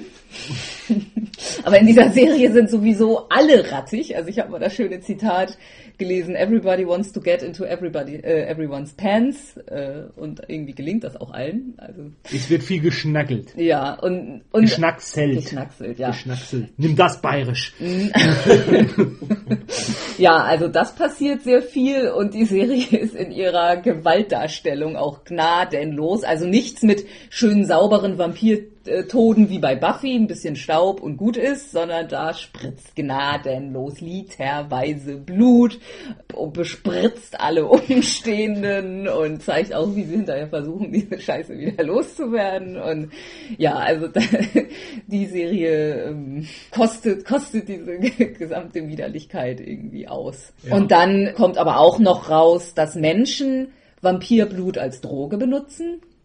Aber in dieser Serie sind sowieso alle rattig. Also ich habe mal das schöne Zitat gelesen, everybody wants to get into everybody, äh, everyone's pants. Äh, und irgendwie gelingt das auch allen. Also Es wird viel geschnackelt. ja, und, und Geschnackselt. geschnackselt, ja. Geschnackselt. Nimm das bayerisch. Ja, also das passiert sehr viel und die Serie ist in ihrer Gewaltdarstellung auch gnadenlos. Also nichts mit schön sauberen Vampirtoden wie bei Buffy, ein bisschen Staub und gut ist, sondern da spritzt gnadenlos literweise Blut und bespritzt alle Umstehenden und zeigt auch, wie sie hinterher versuchen, diese Scheiße wieder loszuwerden. Und ja, also die Serie ähm, kostet, kostet diese gesamte Widerlichkeit irgendwie aus. Ja. Und dann kommt aber auch noch raus, dass Menschen Vampirblut als Droge benutzen.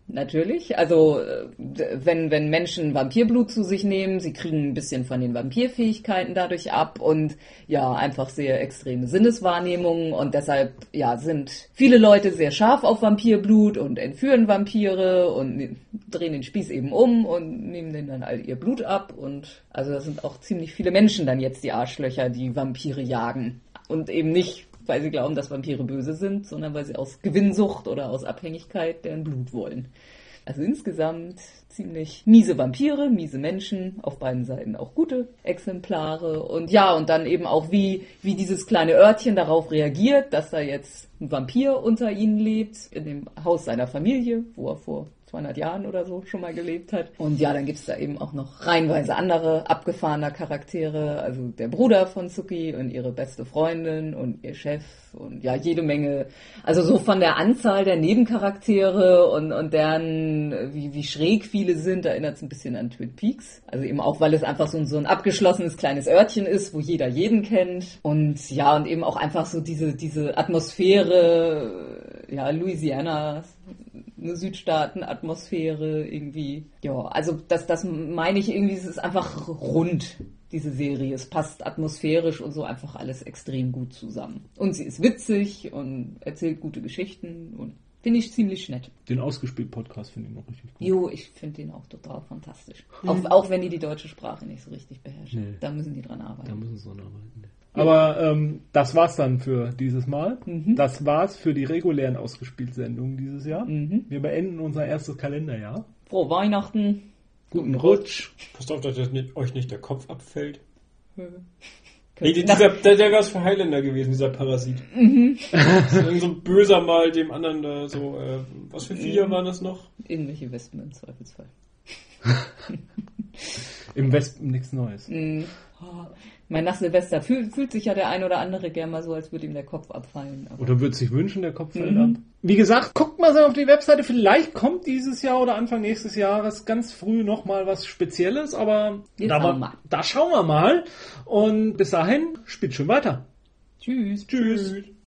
natürlich. Also wenn, wenn Menschen Vampirblut zu sich nehmen, sie kriegen ein bisschen von den Vampirfähigkeiten dadurch ab und ja, einfach sehr extreme Sinneswahrnehmungen und deshalb ja sind viele Leute sehr scharf auf Vampirblut und entführen Vampire und drehen den Spieß eben um und nehmen denen dann all ihr Blut ab und also das sind auch ziemlich viele Menschen dann jetzt die Arschlöcher, die Vampire jagen und eben nicht weil sie glauben, dass Vampire böse sind, sondern weil sie aus Gewinnsucht oder aus Abhängigkeit deren Blut wollen. Also insgesamt ziemlich miese Vampire, miese Menschen, auf beiden Seiten auch gute Exemplare. Und ja, und dann eben auch, wie, wie dieses kleine Örtchen darauf reagiert, dass da jetzt ein Vampir unter ihnen lebt, in dem Haus seiner Familie, wo er vor zweihundert Jahren oder so schon mal gelebt hat. Und ja, dann gibt's da eben auch noch reihenweise andere abgefahrener Charaktere, also der Bruder von Suki und ihre beste Freundin und ihr Chef und ja, jede Menge, also so von der Anzahl der Nebencharaktere und, und deren, wie, wie schräg viele sind, erinnert es ein bisschen an Twin Peaks. Also eben auch, weil es einfach so ein, so ein abgeschlossenes kleines Örtchen ist, wo jeder jeden kennt. Und ja, und eben auch einfach so diese, diese Atmosphäre, ja, Louisiana, eine Südstaaten-Atmosphäre irgendwie. Ja, also das, das meine ich irgendwie, es ist einfach rund, diese Serie. Es passt atmosphärisch und so einfach alles extrem gut zusammen. Und sie ist witzig und erzählt gute Geschichten und finde ich ziemlich nett. Den Ausgespielt-Podcast finde ich noch richtig gut. Jo, ich finde den auch total fantastisch. Mhm. Auch, auch wenn die die deutsche Sprache nicht so richtig beherrschen. Nee. Da müssen die dran arbeiten. Da müssen sie dran arbeiten. Aber ähm, das war's dann für dieses Mal. Mhm. Das war's für die regulären Ausgespielt-Sendungen dieses Jahr. Mhm. Wir beenden unser erstes Kalenderjahr. Frohe Weihnachten. Guten Rutsch. Passt auf, dass euch nicht der Kopf abfällt. Mhm. Nee, dieser, der, der war für Highlander gewesen, dieser Parasit. Mhm. So ein böser Mal dem anderen da so, äh, was für Viecher mhm. waren das noch? Irgendwelche Wespen im Zweifelsfall. Im Wespen nichts Neues. Mhm. Oh, mein nach Silvester fühlt, fühlt sich ja der ein oder andere gern mal so, als würde ihm der Kopf abfallen. Aber oder würde sich wünschen, der Kopf fällt mhm. ab. Wie gesagt, guckt mal so auf die Webseite. Vielleicht kommt dieses Jahr oder Anfang nächstes Jahres ganz früh nochmal was Spezielles. Aber da, schauen mal. da schauen wir mal. Und bis dahin, spielt schön weiter. Tschüss. Tschüss. Tschüss.